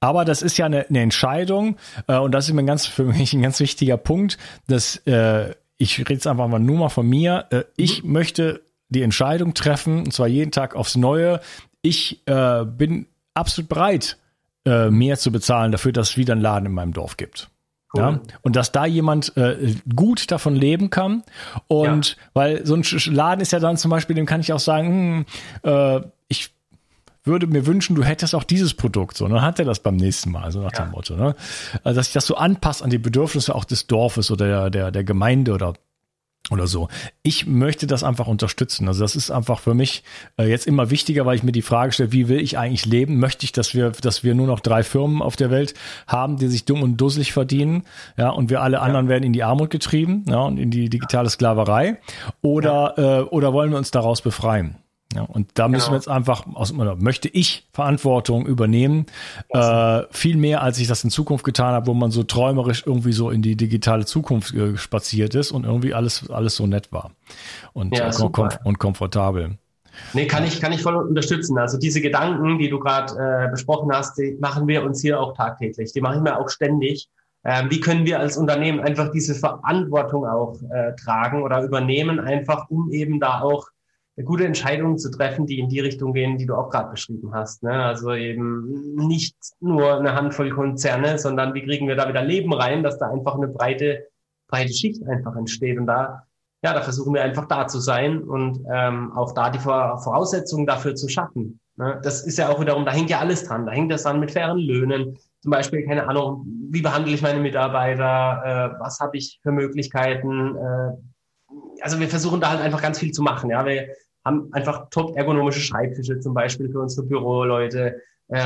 Aber das ist ja eine, eine Entscheidung äh, und das ist mir ganz, für mich ein ganz wichtiger Punkt, dass äh, ich rede jetzt einfach mal nur mal von mir. Äh, ich mhm. möchte die Entscheidung treffen, und zwar jeden Tag aufs Neue. Ich äh, bin absolut bereit, äh, mehr zu bezahlen dafür, dass es wieder einen Laden in meinem Dorf gibt. Cool. Ja? Und dass da jemand äh, gut davon leben kann. Und ja. weil so ein Laden ist ja dann zum Beispiel, dem kann ich auch sagen, hm, äh, ich würde mir wünschen, du hättest auch dieses Produkt. So, und dann hat er das beim nächsten Mal, so nach ja. dem Motto. Ne? Also, dass ich das so anpasst an die Bedürfnisse auch des Dorfes oder der, der, der Gemeinde oder oder so. Ich möchte das einfach unterstützen. Also das ist einfach für mich äh, jetzt immer wichtiger, weil ich mir die Frage stelle, wie will ich eigentlich leben? Möchte ich, dass wir, dass wir nur noch drei Firmen auf der Welt haben, die sich dumm und dusselig verdienen, ja, und wir alle ja. anderen werden in die Armut getrieben, ja, und in die digitale Sklaverei? Oder, ja. äh, oder wollen wir uns daraus befreien? Ja, und da müssen genau. wir jetzt einfach, aus, oder möchte ich Verantwortung übernehmen, äh, viel mehr, als ich das in Zukunft getan habe, wo man so träumerisch irgendwie so in die digitale Zukunft äh, spaziert ist und irgendwie alles alles so nett war und, ja, äh, kom- und komfortabel. Nee, kann ich, kann ich voll unterstützen. Also diese Gedanken, die du gerade äh, besprochen hast, die machen wir uns hier auch tagtäglich. Die machen wir auch ständig. Ähm, wie können wir als Unternehmen einfach diese Verantwortung auch äh, tragen oder übernehmen, einfach um eben da auch gute Entscheidungen zu treffen, die in die Richtung gehen, die du auch gerade beschrieben hast. Ne? Also eben nicht nur eine Handvoll Konzerne, sondern wie kriegen wir da wieder Leben rein, dass da einfach eine breite, breite Schicht einfach entsteht. Und da, ja, da versuchen wir einfach da zu sein und ähm, auch da die Voraussetzungen dafür zu schaffen. Ne? Das ist ja auch wiederum, da hängt ja alles dran. Da hängt das an mit fairen Löhnen. Zum Beispiel, keine Ahnung, wie behandle ich meine Mitarbeiter? Äh, was habe ich für Möglichkeiten? Äh, Also wir versuchen da halt einfach ganz viel zu machen. Ja, wir haben einfach top ergonomische Schreibtische zum Beispiel für unsere Büroleute,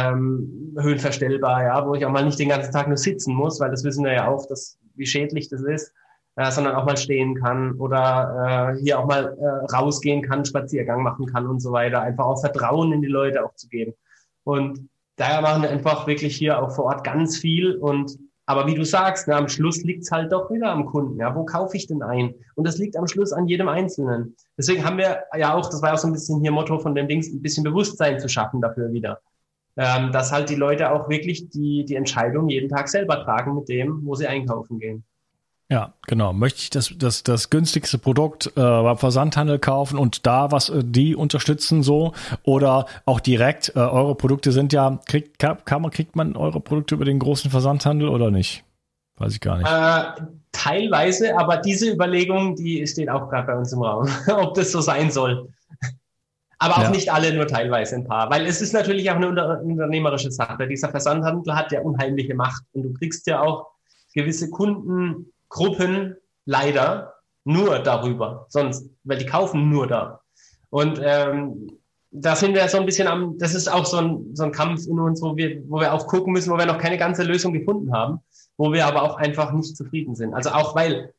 ähm, höhenverstellbar, ja, wo ich auch mal nicht den ganzen Tag nur sitzen muss, weil das wissen wir ja auch, dass, wie schädlich das ist, äh, sondern auch mal stehen kann oder äh, hier auch mal äh, rausgehen kann, Spaziergang machen kann und so weiter. Einfach auch Vertrauen in die Leute auch zu geben. Und daher machen wir einfach wirklich hier auch vor Ort ganz viel und aber wie du sagst, ne, am Schluss liegt's halt doch wieder am Kunden. Ja, wo kaufe ich denn ein? Und das liegt am Schluss an jedem Einzelnen. Deswegen haben wir ja auch, das war auch so ein bisschen hier Motto von dem Dings, ein bisschen Bewusstsein zu schaffen dafür wieder. Ähm, dass halt die Leute auch wirklich die, die Entscheidung jeden Tag selber tragen mit dem, wo sie einkaufen gehen. Ja, genau. Möchte ich das, das, das günstigste Produkt äh, beim Versandhandel kaufen und da was äh, die unterstützen so oder auch direkt, äh, eure Produkte sind ja, kriegt, kann, kann man, kriegt man eure Produkte über den großen Versandhandel oder nicht? Weiß ich gar nicht. Äh, teilweise, aber diese Überlegung, die steht auch gerade bei uns im Raum, ob das so sein soll. Aber auch ja. nicht alle, nur teilweise ein paar. Weil es ist natürlich auch eine unter- unternehmerische Sache. Dieser Versandhandel hat ja unheimliche Macht und du kriegst ja auch gewisse Kunden Gruppen leider nur darüber, sonst, weil die kaufen nur da. Und ähm, da sind wir so ein bisschen am, das ist auch so ein, so ein Kampf in uns, wo wir, wo wir auch gucken müssen, wo wir noch keine ganze Lösung gefunden haben, wo wir aber auch einfach nicht zufrieden sind. Also auch weil,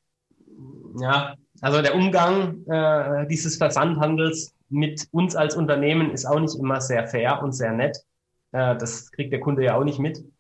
ja, also der Umgang äh, dieses Versandhandels mit uns als Unternehmen ist auch nicht immer sehr fair und sehr nett. Äh, das kriegt der Kunde ja auch nicht mit.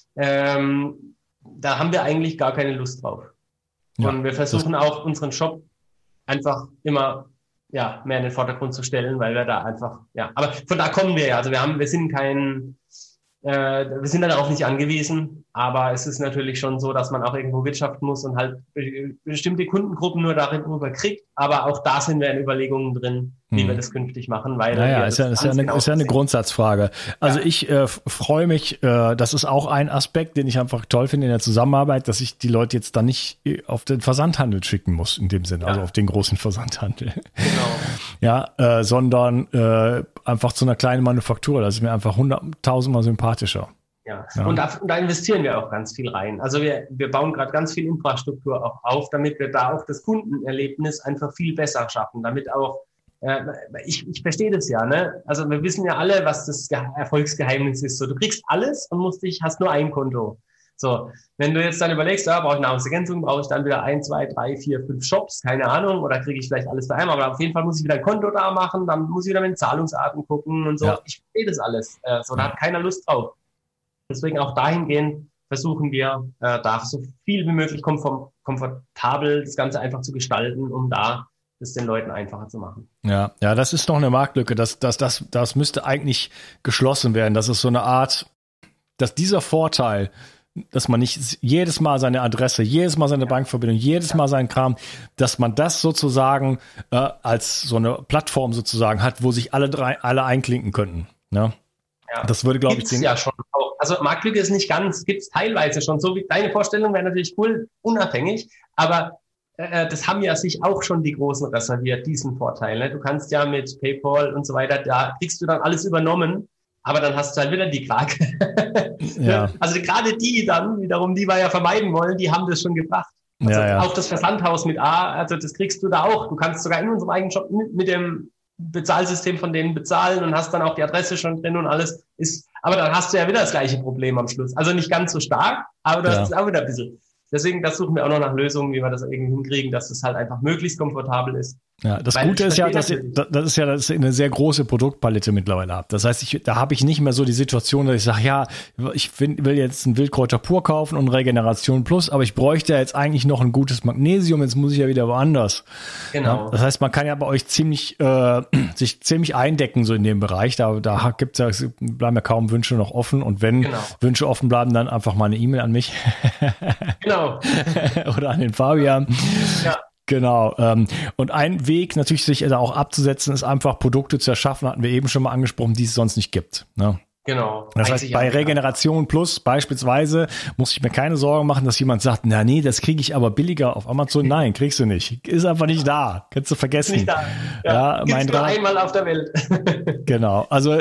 Ähm, da haben wir eigentlich gar keine Lust drauf. Ja, und wir versuchen auch unseren Shop einfach immer ja mehr in den Vordergrund zu stellen, weil wir da einfach ja, aber von da kommen wir ja. Also wir haben, wir sind kein, äh, wir sind darauf nicht angewiesen, aber es ist natürlich schon so, dass man auch irgendwo wirtschaften muss und halt bestimmte Kundengruppen nur darüber kriegt. Aber auch da sind wir in Überlegungen drin, wie hm. wir das künftig machen, weil naja, ist ja, ist ja eine, genau ist ja eine Grundsatzfrage. Also ja. ich äh, freue mich, äh, das ist auch ein Aspekt, den ich einfach toll finde in der Zusammenarbeit, dass ich die Leute jetzt dann nicht auf den Versandhandel schicken muss, in dem Sinne, ja. also auf den großen Versandhandel. Genau. Ja, äh, sondern äh, einfach zu einer kleinen Manufaktur. Das ist mir einfach hunderttausendmal sympathischer. Ja, ja. Und, da, und da investieren wir auch ganz viel rein. Also wir, wir bauen gerade ganz viel Infrastruktur auch auf, damit wir da auch das Kundenerlebnis einfach viel besser schaffen, damit auch Ich, ich verstehe das ja, ne? Also wir wissen ja alle, was das Erfolgsgeheimnis ist. So, du kriegst alles und musst dich, hast nur ein Konto. So, wenn du jetzt dann überlegst, ja, brauche ich Nahrungsergänzung, brauche ich dann wieder ein, zwei, drei, vier, fünf Shops, keine Ahnung, oder kriege ich vielleicht alles daheim, aber auf jeden Fall muss ich wieder ein Konto da machen, dann muss ich wieder mit den Zahlungsarten gucken und so. Ja. Ich verstehe das alles. So, da hat keiner Lust drauf. Deswegen auch dahingehend versuchen wir, äh, da so viel wie möglich komfort- komfortabel das Ganze einfach zu gestalten, um da es den Leuten einfacher zu machen. Ja, ja, das ist noch eine Marktlücke. Das, das, das, das müsste eigentlich geschlossen werden. Das ist so eine Art, dass dieser Vorteil, dass man nicht jedes Mal seine Adresse, jedes Mal seine Bankverbindung, jedes Mal seinen Kram, dass man das sozusagen äh, als so eine Plattform sozusagen hat, wo sich alle drei, alle einklinken könnten. Ne? Ja. Das würde, glaube ich, den ja schon auch. Also Marktlücke ist nicht ganz, gibt es teilweise schon. So wie deine Vorstellung wäre natürlich cool, unabhängig, aber äh, das haben ja sich auch schon die Großen reserviert, diesen Vorteil. Ne? Du kannst ja mit PayPal und so weiter, da kriegst du dann alles übernommen. Aber dann hast du halt wieder die Krake. Ja. Also gerade die dann, wiederum, die wir ja vermeiden wollen, die haben das schon gebracht. Also ja, ja. Auch das Versandhaus mit A, also das kriegst du da auch. Du kannst sogar in unserem eigenen Shop mit, mit dem Bezahlsystem von denen bezahlen und hast dann auch die Adresse schon drin und alles. Ist, aber dann hast du ja wieder das gleiche Problem am Schluss. Also nicht ganz so stark, aber das ja. ist auch wieder ein bisschen. Deswegen, das suchen wir auch noch nach Lösungen, wie wir das irgendwie hinkriegen, dass es halt einfach möglichst komfortabel ist. Ja, das Weil Gute ist ja, dass ihr, das ist ja, dass ihr eine sehr große Produktpalette mittlerweile habt. Das heißt, ich, da habe ich nicht mehr so die Situation, dass ich sage, ja, ich find, will jetzt einen Wildkräuter pur kaufen und Regeneration Plus, aber ich bräuchte ja jetzt eigentlich noch ein gutes Magnesium, jetzt muss ich ja wieder woanders. Genau. Ja, das heißt, man kann ja bei euch ziemlich, äh, sich ziemlich eindecken so in dem Bereich. Da, da gibt's ja, bleiben ja kaum Wünsche noch offen und wenn genau. Wünsche offen bleiben, dann einfach mal eine E-Mail an mich. Genau. Oder an den Fabian. Ja. Genau. Ähm, und ein Weg natürlich, sich da auch abzusetzen, ist einfach Produkte zu erschaffen, hatten wir eben schon mal angesprochen, die es sonst nicht gibt. Ne? Genau. Das heißt, bei Regeneration Plus beispielsweise muss ich mir keine Sorgen machen, dass jemand sagt, na nee, das kriege ich aber billiger auf Amazon. Nein, kriegst du nicht. Ist einfach nicht da. Kannst du vergessen. Nicht da. Ja, ja, mein nur einmal auf der Welt. Genau. Also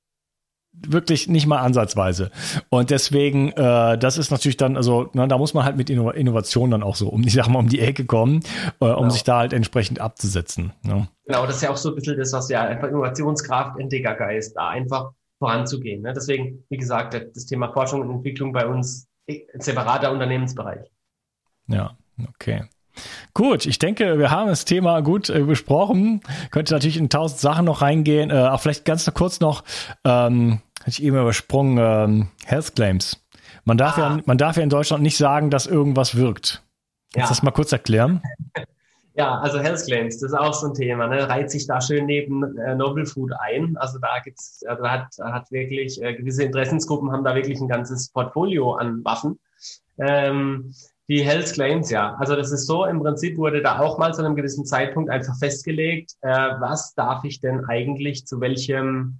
wirklich nicht mal ansatzweise. Und deswegen, äh, das ist natürlich dann, also na, da muss man halt mit Inno- Innovation dann auch so, um die Sachen mal um die Ecke kommen, äh, um genau. sich da halt entsprechend abzusetzen. Ja. Genau, das ist ja auch so ein bisschen das, was ja einfach Innovationskraft, Entdeckergeist, da einfach voranzugehen. Ne? Deswegen, wie gesagt, das Thema Forschung und Entwicklung bei uns ein separater Unternehmensbereich. Ja, okay. Gut, ich denke, wir haben das Thema gut äh, besprochen. Könnte natürlich in tausend Sachen noch reingehen. Äh, auch vielleicht ganz noch kurz noch, ähm, hatte ich eben übersprungen, ähm, Health Claims. Man darf ah. ja, man darf ja in Deutschland nicht sagen, dass irgendwas wirkt. Kannst du ja. das mal kurz erklären? Ja, also Health Claims, das ist auch so ein Thema, ne? Reiht sich da schön neben äh, Novel Food ein. Also da gibt's, also da hat, hat wirklich äh, gewisse Interessensgruppen haben da wirklich ein ganzes Portfolio an Waffen. Ähm, Die Health Claims, ja. Also das ist so, im Prinzip wurde da auch mal zu einem gewissen Zeitpunkt einfach festgelegt, äh, was darf ich denn eigentlich zu welchem,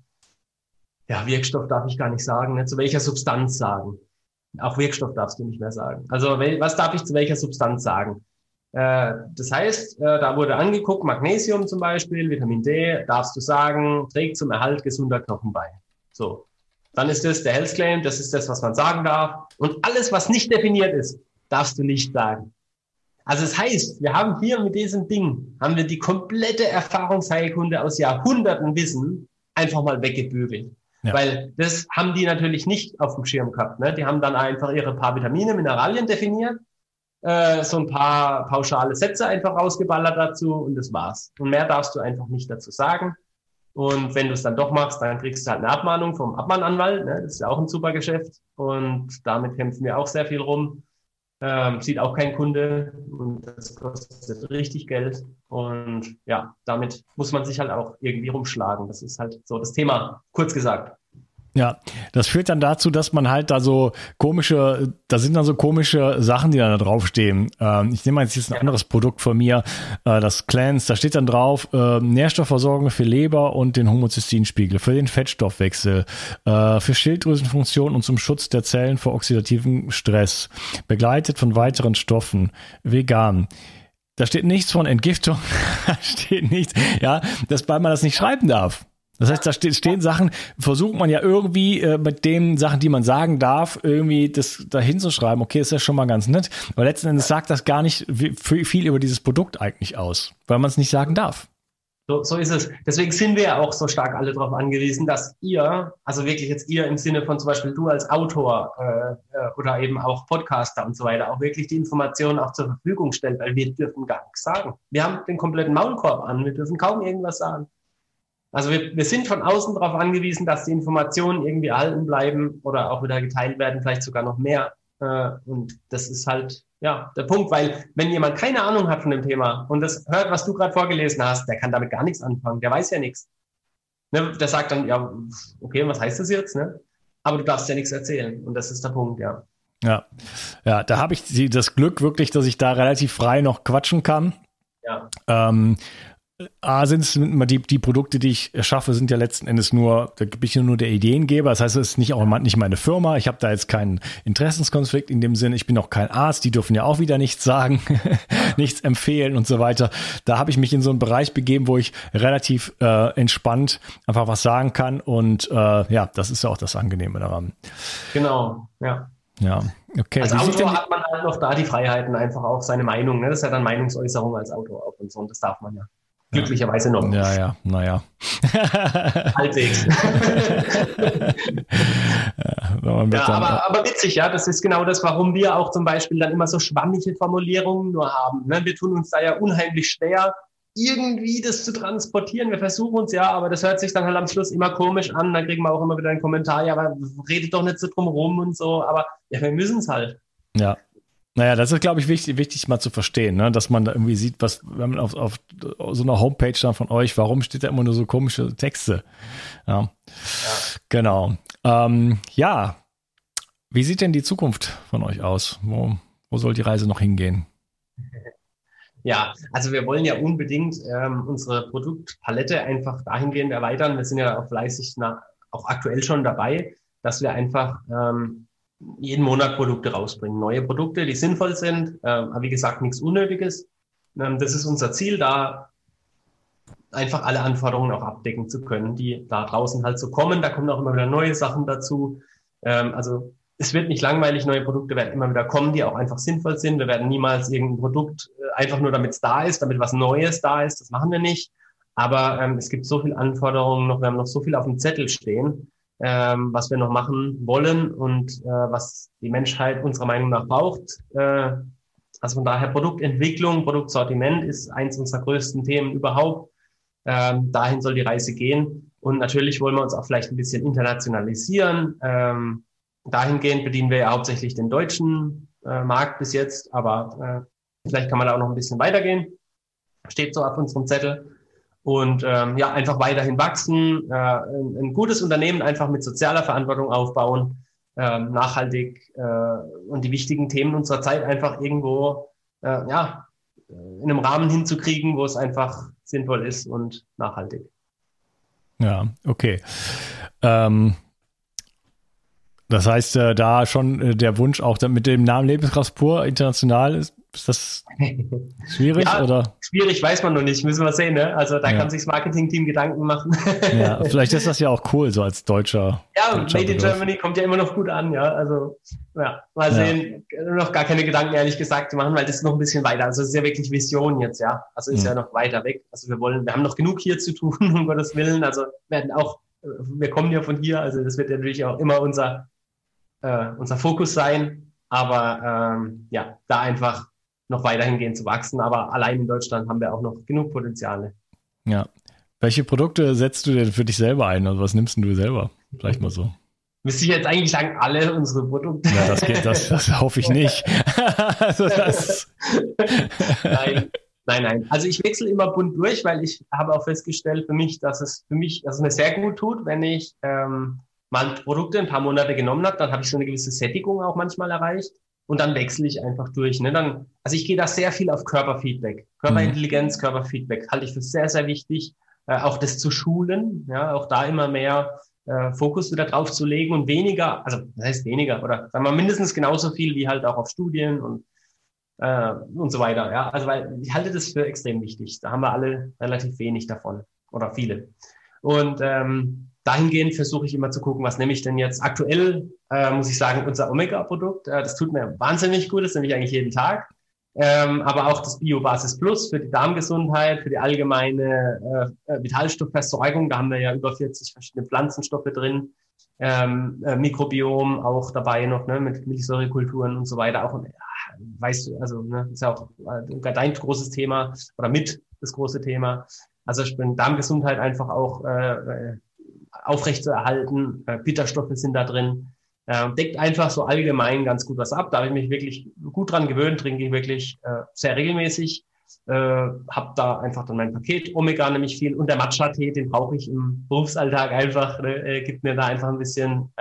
ja, Wirkstoff darf ich gar nicht sagen, ne, zu welcher Substanz sagen. Auch Wirkstoff darfst du nicht mehr sagen. Also was darf ich zu welcher Substanz sagen? Äh, das heißt, äh, da wurde angeguckt, Magnesium zum Beispiel, Vitamin D, darfst du sagen, trägt zum Erhalt gesunder Knochen bei. So. Dann ist das der Health Claim, das ist das, was man sagen darf. Und alles, was nicht definiert ist, darfst du nicht sagen. Also das heißt, wir haben hier mit diesem Ding, haben wir die komplette Erfahrungsheilkunde aus Jahrhunderten Wissen einfach mal weggebügelt. Ja. Weil das haben die natürlich nicht auf dem Schirm gehabt. Ne? Die haben dann einfach ihre paar Vitamine, Mineralien definiert, äh, so ein paar pauschale Sätze einfach rausgeballert dazu und das war's. Und mehr darfst du einfach nicht dazu sagen. Und wenn du es dann doch machst, dann kriegst du halt eine Abmahnung vom Abmahnanwalt. Ne? Das ist ja auch ein super Geschäft. Und damit kämpfen wir auch sehr viel rum. Ähm, sieht auch kein Kunde und das kostet richtig Geld und ja, damit muss man sich halt auch irgendwie rumschlagen. Das ist halt so das Thema, kurz gesagt. Ja, das führt dann dazu, dass man halt da so komische, da sind dann so komische Sachen, die da draufstehen. Ähm, ich nehme mal jetzt ein ja. anderes Produkt von mir, äh, das Cleanse, da steht dann drauf, äh, Nährstoffversorgung für Leber und den Homozysteinspiegel, für den Fettstoffwechsel, äh, für Schilddrüsenfunktion und zum Schutz der Zellen vor oxidativem Stress, begleitet von weiteren Stoffen, vegan. Da steht nichts von Entgiftung, da steht nichts, ja, dass weil man das nicht schreiben darf. Das heißt, da ste- stehen Sachen, versucht man ja irgendwie äh, mit den Sachen, die man sagen darf, irgendwie das da hinzuschreiben. Okay, ist ja schon mal ganz nett. Aber letzten Endes sagt das gar nicht viel über dieses Produkt eigentlich aus, weil man es nicht sagen darf. So, so ist es. Deswegen sind wir ja auch so stark alle darauf angewiesen, dass ihr, also wirklich jetzt ihr im Sinne von zum Beispiel du als Autor äh, oder eben auch Podcaster und so weiter, auch wirklich die Informationen auch zur Verfügung stellt, weil wir dürfen gar nichts sagen. Wir haben den kompletten Maulkorb an, wir dürfen kaum irgendwas sagen. Also wir, wir sind von außen darauf angewiesen, dass die Informationen irgendwie erhalten bleiben oder auch wieder geteilt werden, vielleicht sogar noch mehr. Äh, und das ist halt ja der Punkt, weil wenn jemand keine Ahnung hat von dem Thema und das hört, was du gerade vorgelesen hast, der kann damit gar nichts anfangen, der weiß ja nichts. Ne, der sagt dann, ja, okay, was heißt das jetzt? Ne? aber du darfst ja nichts erzählen. Und das ist der Punkt, ja. Ja, ja, da habe ich die, das Glück wirklich, dass ich da relativ frei noch quatschen kann. Ja. Ähm, A, sind es die, die Produkte, die ich erschaffe, sind ja letzten Endes nur, da bin ich nur der Ideengeber. Das heißt, es ist nicht auch nicht meine Firma. Ich habe da jetzt keinen Interessenskonflikt in dem Sinn. Ich bin auch kein Arzt. Die dürfen ja auch wieder nichts sagen, nichts empfehlen und so weiter. Da habe ich mich in so einen Bereich begeben, wo ich relativ äh, entspannt einfach was sagen kann. Und äh, ja, das ist ja auch das Angenehme daran. Genau, ja. Ja, okay. Als Autor hat man halt noch da die Freiheiten, einfach auch seine Meinung. Ne? Das ist ja dann Meinungsäußerung als Autor auch und so. Und das darf man ja. Glücklicherweise noch. Ja, ja, naja. Halbwegs. ja, ja aber, aber witzig, ja, das ist genau das, warum wir auch zum Beispiel dann immer so schwammige Formulierungen nur haben. Ne? Wir tun uns da ja unheimlich schwer, irgendwie das zu transportieren. Wir versuchen uns ja, aber das hört sich dann halt am Schluss immer komisch an. Dann kriegen wir auch immer wieder einen Kommentar, ja, aber redet doch nicht so drum rum und so. Aber ja, wir müssen es halt. Ja. Naja, das ist, glaube ich, wichtig, wichtig mal zu verstehen, ne? Dass man da irgendwie sieht, was, wenn man auf, auf so einer Homepage dann von euch, warum steht da immer nur so komische Texte? Ja, ja. Genau. Ähm, ja, wie sieht denn die Zukunft von euch aus? Wo, wo soll die Reise noch hingehen? Ja, also wir wollen ja unbedingt ähm, unsere Produktpalette einfach dahingehend erweitern. Wir sind ja auch fleißig nach, auch aktuell schon dabei, dass wir einfach ähm, jeden Monat Produkte rausbringen. Neue Produkte, die sinnvoll sind, ähm, aber wie gesagt, nichts Unnötiges. Ähm, das ist unser Ziel, da einfach alle Anforderungen auch abdecken zu können, die da draußen halt so kommen. Da kommen auch immer wieder neue Sachen dazu. Ähm, also es wird nicht langweilig, neue Produkte werden immer wieder kommen, die auch einfach sinnvoll sind. Wir werden niemals irgendein Produkt äh, einfach nur, damit es da ist, damit was Neues da ist. Das machen wir nicht. Aber ähm, es gibt so viele Anforderungen noch, wir haben noch so viel auf dem Zettel stehen, Ähm, was wir noch machen wollen und äh, was die Menschheit unserer Meinung nach braucht. Äh, also von daher Produktentwicklung, Produktsortiment ist eins unserer größten Themen überhaupt. Ähm, dahin soll die Reise gehen. Und natürlich wollen wir uns auch vielleicht ein bisschen internationalisieren. Ähm, dahingehend bedienen wir ja hauptsächlich den deutschen äh, Markt bis jetzt, aber äh, vielleicht kann man da auch noch ein bisschen weitergehen. Steht so auf unserem Zettel. Und ähm, ja, einfach weiterhin wachsen, äh, ein, ein gutes Unternehmen einfach mit sozialer Verantwortung aufbauen, äh, nachhaltig äh, und die wichtigen Themen unserer Zeit einfach irgendwo äh, ja in einem Rahmen hinzukriegen, wo es einfach sinnvoll ist und nachhaltig. Ja, okay. Ähm, das heißt, äh, da schon äh, der Wunsch auch mit dem Namen Lebenskraft pur international ist. Ist das schwierig? Ja, oder? Schwierig, weiß man noch nicht, müssen wir sehen. Ne? Also da ja. kann sich das Marketing-Team Gedanken machen. Ja, vielleicht ist das ja auch cool, so als deutscher. Ja, deutscher Made in Begriff. Germany kommt ja immer noch gut an. Ja, also ja, mal sehen. Ja. Noch gar keine Gedanken, ehrlich gesagt, zu machen, weil das ist noch ein bisschen weiter. Also es ist ja wirklich Vision jetzt, ja. Also ist mhm. ja noch weiter weg. Also wir wollen, wir haben noch genug hier zu tun, um Gottes Willen. Also werden auch, wir kommen ja von hier, also das wird ja natürlich auch immer unser, äh, unser Fokus sein. Aber ähm, ja, da einfach noch weiterhin gehen zu wachsen, aber allein in Deutschland haben wir auch noch genug Potenziale. Ja. Welche Produkte setzt du denn für dich selber ein? Also was nimmst denn du selber? Vielleicht mal so. Müsste ich jetzt eigentlich sagen, alle unsere Produkte? Ja, das geht, das, das hoffe ich nicht. Also das nein, nein, nein. Also ich wechsle immer bunt durch, weil ich habe auch festgestellt für mich, dass es für mich, dass es mir sehr gut tut, wenn ich ähm, mal Produkte ein paar Monate genommen habe, dann habe ich so eine gewisse Sättigung auch manchmal erreicht. Und dann wechsle ich einfach durch. Ne? Dann, also ich gehe da sehr viel auf Körperfeedback. Körperintelligenz, mhm. Körperfeedback halte ich für sehr, sehr wichtig. Äh, auch das zu schulen, ja, auch da immer mehr äh, Fokus wieder drauf zu legen und weniger, also das heißt weniger, oder sagen wir mindestens genauso viel wie halt auch auf Studien und äh, und so weiter. Ja, also weil ich halte das für extrem wichtig. Da haben wir alle relativ wenig davon oder viele. Und ähm, dahingehend versuche ich immer zu gucken, was nehme ich denn jetzt aktuell, äh, muss ich sagen, unser Omega-Produkt, äh, das tut mir wahnsinnig gut, das nehme ich eigentlich jeden Tag, ähm, aber auch das Biobasis Plus für die Darmgesundheit, für die allgemeine äh, Vitalstoffversorgung, da haben wir ja über vierzig verschiedene Pflanzenstoffe drin, ähm, äh, Mikrobiom auch dabei noch, ne, mit Milchsäurekulturen und so weiter, auch, ja, weißt du, also, ne, ist ja auch äh, dein großes Thema oder mit das große Thema, also ich bin Darmgesundheit einfach auch äh, aufrecht zu erhalten. Äh, Bitterstoffe sind da drin. Äh, deckt einfach so allgemein ganz gut was ab. Da habe ich mich wirklich gut dran gewöhnt, trinke ich wirklich äh, sehr regelmäßig. Äh, habe da einfach dann mein Paket Omega nämlich viel. Und der Matcha-Tee, den brauche ich im Berufsalltag einfach. Ne? Äh, gibt mir da einfach ein bisschen äh,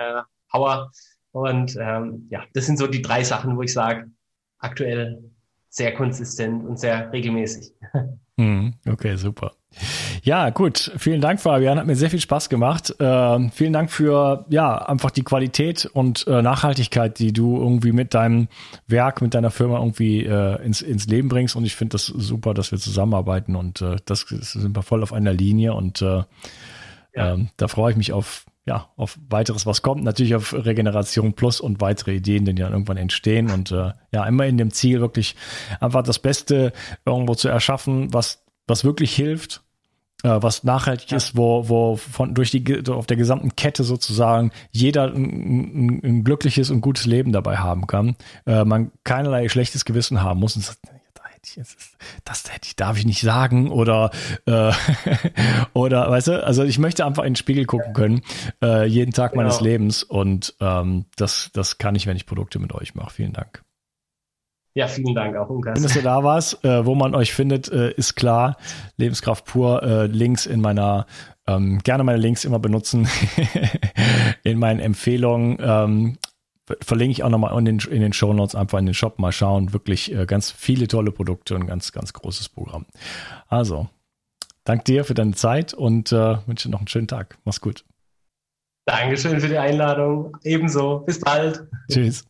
Power. Und ähm, ja, das sind so die drei Sachen, wo ich sage, aktuell sehr konsistent und sehr regelmäßig. Okay, super. Ja, gut. Vielen Dank, Fabian. Hat mir sehr viel Spaß gemacht. Äh, vielen Dank für, ja, einfach die Qualität und äh, Nachhaltigkeit, die du irgendwie mit deinem Werk, mit deiner Firma irgendwie äh, ins, ins Leben bringst. Und ich finde das super, dass wir zusammenarbeiten und äh, das, das sind wir voll auf einer Linie und äh, ja. äh, da freue ich mich auf, ja, auf weiteres, was kommt. Natürlich auf Regeneration Plus und weitere Ideen, die dann irgendwann entstehen und äh, ja, immer in dem Ziel wirklich einfach das Beste irgendwo zu erschaffen, was was wirklich hilft, äh, was nachhaltig ja. ist, wo, wo von durch die auf der gesamten Kette sozusagen jeder ein, ein, ein glückliches und gutes Leben dabei haben kann. Äh, man keinerlei schlechtes Gewissen haben muss und sagt, da hätte ich jetzt, das hätte ich, darf ich nicht sagen oder äh, oder weißt du, also ich möchte einfach in den Spiegel gucken können, äh, jeden Tag genau. meines Lebens und ähm, das, das kann ich, wenn ich Produkte mit euch mache. Vielen Dank. Ja, vielen Dank auch, Unkas. Schön, dass du da warst. Äh, wo man euch findet, äh, ist klar. Lebenskraft pur. Äh, Links in meiner, ähm, gerne meine Links immer benutzen in meinen Empfehlungen. Ähm, verlinke ich auch nochmal in den, in den Shownotes, einfach in den Shop mal schauen. Wirklich äh, ganz viele tolle Produkte und ganz, ganz großes Programm. Also, danke dir für deine Zeit und äh, wünsche noch einen schönen Tag. Mach's gut. Dankeschön für die Einladung. Ebenso. Bis bald. Tschüss.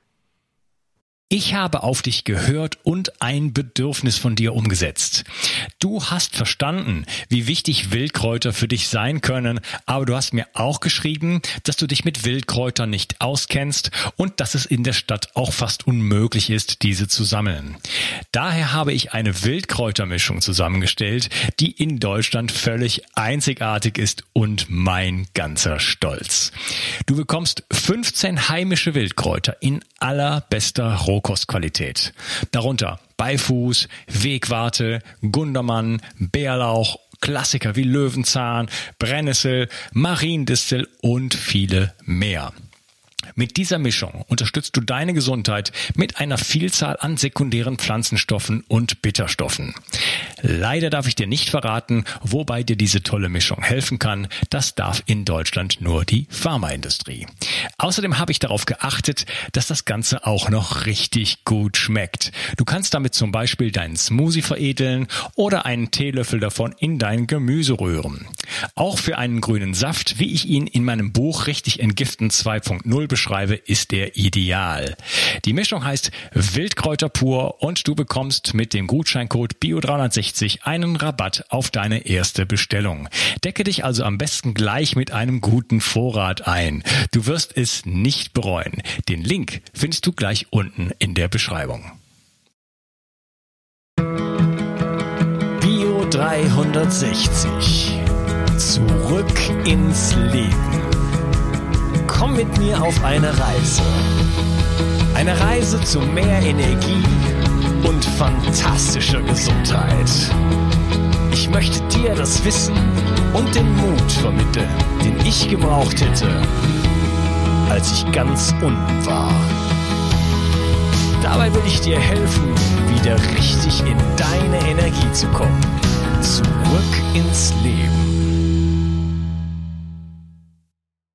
Ich habe auf dich gehört und ein Bedürfnis von dir umgesetzt. Du hast verstanden, wie wichtig Wildkräuter für dich sein können, aber du hast mir auch geschrieben, dass du dich mit Wildkräutern nicht auskennst und dass es in der Stadt auch fast unmöglich ist, diese zu sammeln. Daher habe ich eine Wildkräutermischung zusammengestellt, die in Deutschland völlig einzigartig ist und mein ganzer Stolz. Du bekommst fünfzehn heimische Wildkräuter in allerbester Rohkostqualität. Darunter Beifuß, Wegwarte, Gundermann, Bärlauch, Klassiker wie Löwenzahn, Brennnessel, Mariendistel und viele mehr. Mit dieser Mischung unterstützt du deine Gesundheit mit einer Vielzahl an sekundären Pflanzenstoffen und Bitterstoffen. Leider darf ich dir nicht verraten, wobei dir diese tolle Mischung helfen kann. Das darf in Deutschland nur die Pharmaindustrie. Außerdem habe ich darauf geachtet, dass das Ganze auch noch richtig gut schmeckt. Du kannst damit zum Beispiel deinen Smoothie veredeln oder einen Teelöffel davon in dein Gemüse rühren. Auch für einen grünen Saft, wie ich ihn in meinem Buch Richtig Entgiften zwei Punkt null beschreibe, ist der ideal. Die Mischung heißt Wildkräuter pur und du bekommst mit dem Gutscheincode Bio dreihundertsechzig einen Rabatt auf deine erste Bestellung. Decke dich also am besten gleich mit einem guten Vorrat ein. Du wirst es nicht bereuen. Den Link findest du gleich unten in der Beschreibung. Bio dreihundertsechzig. Zurück ins Leben. Komm mit mir auf eine Reise. Eine Reise zu mehr Energie und fantastischer Gesundheit. Ich möchte dir das Wissen und den Mut vermitteln, den ich gebraucht hätte, als ich ganz unten war. Dabei will ich dir helfen, wieder richtig in deine Energie zu kommen. Zurück ins Leben.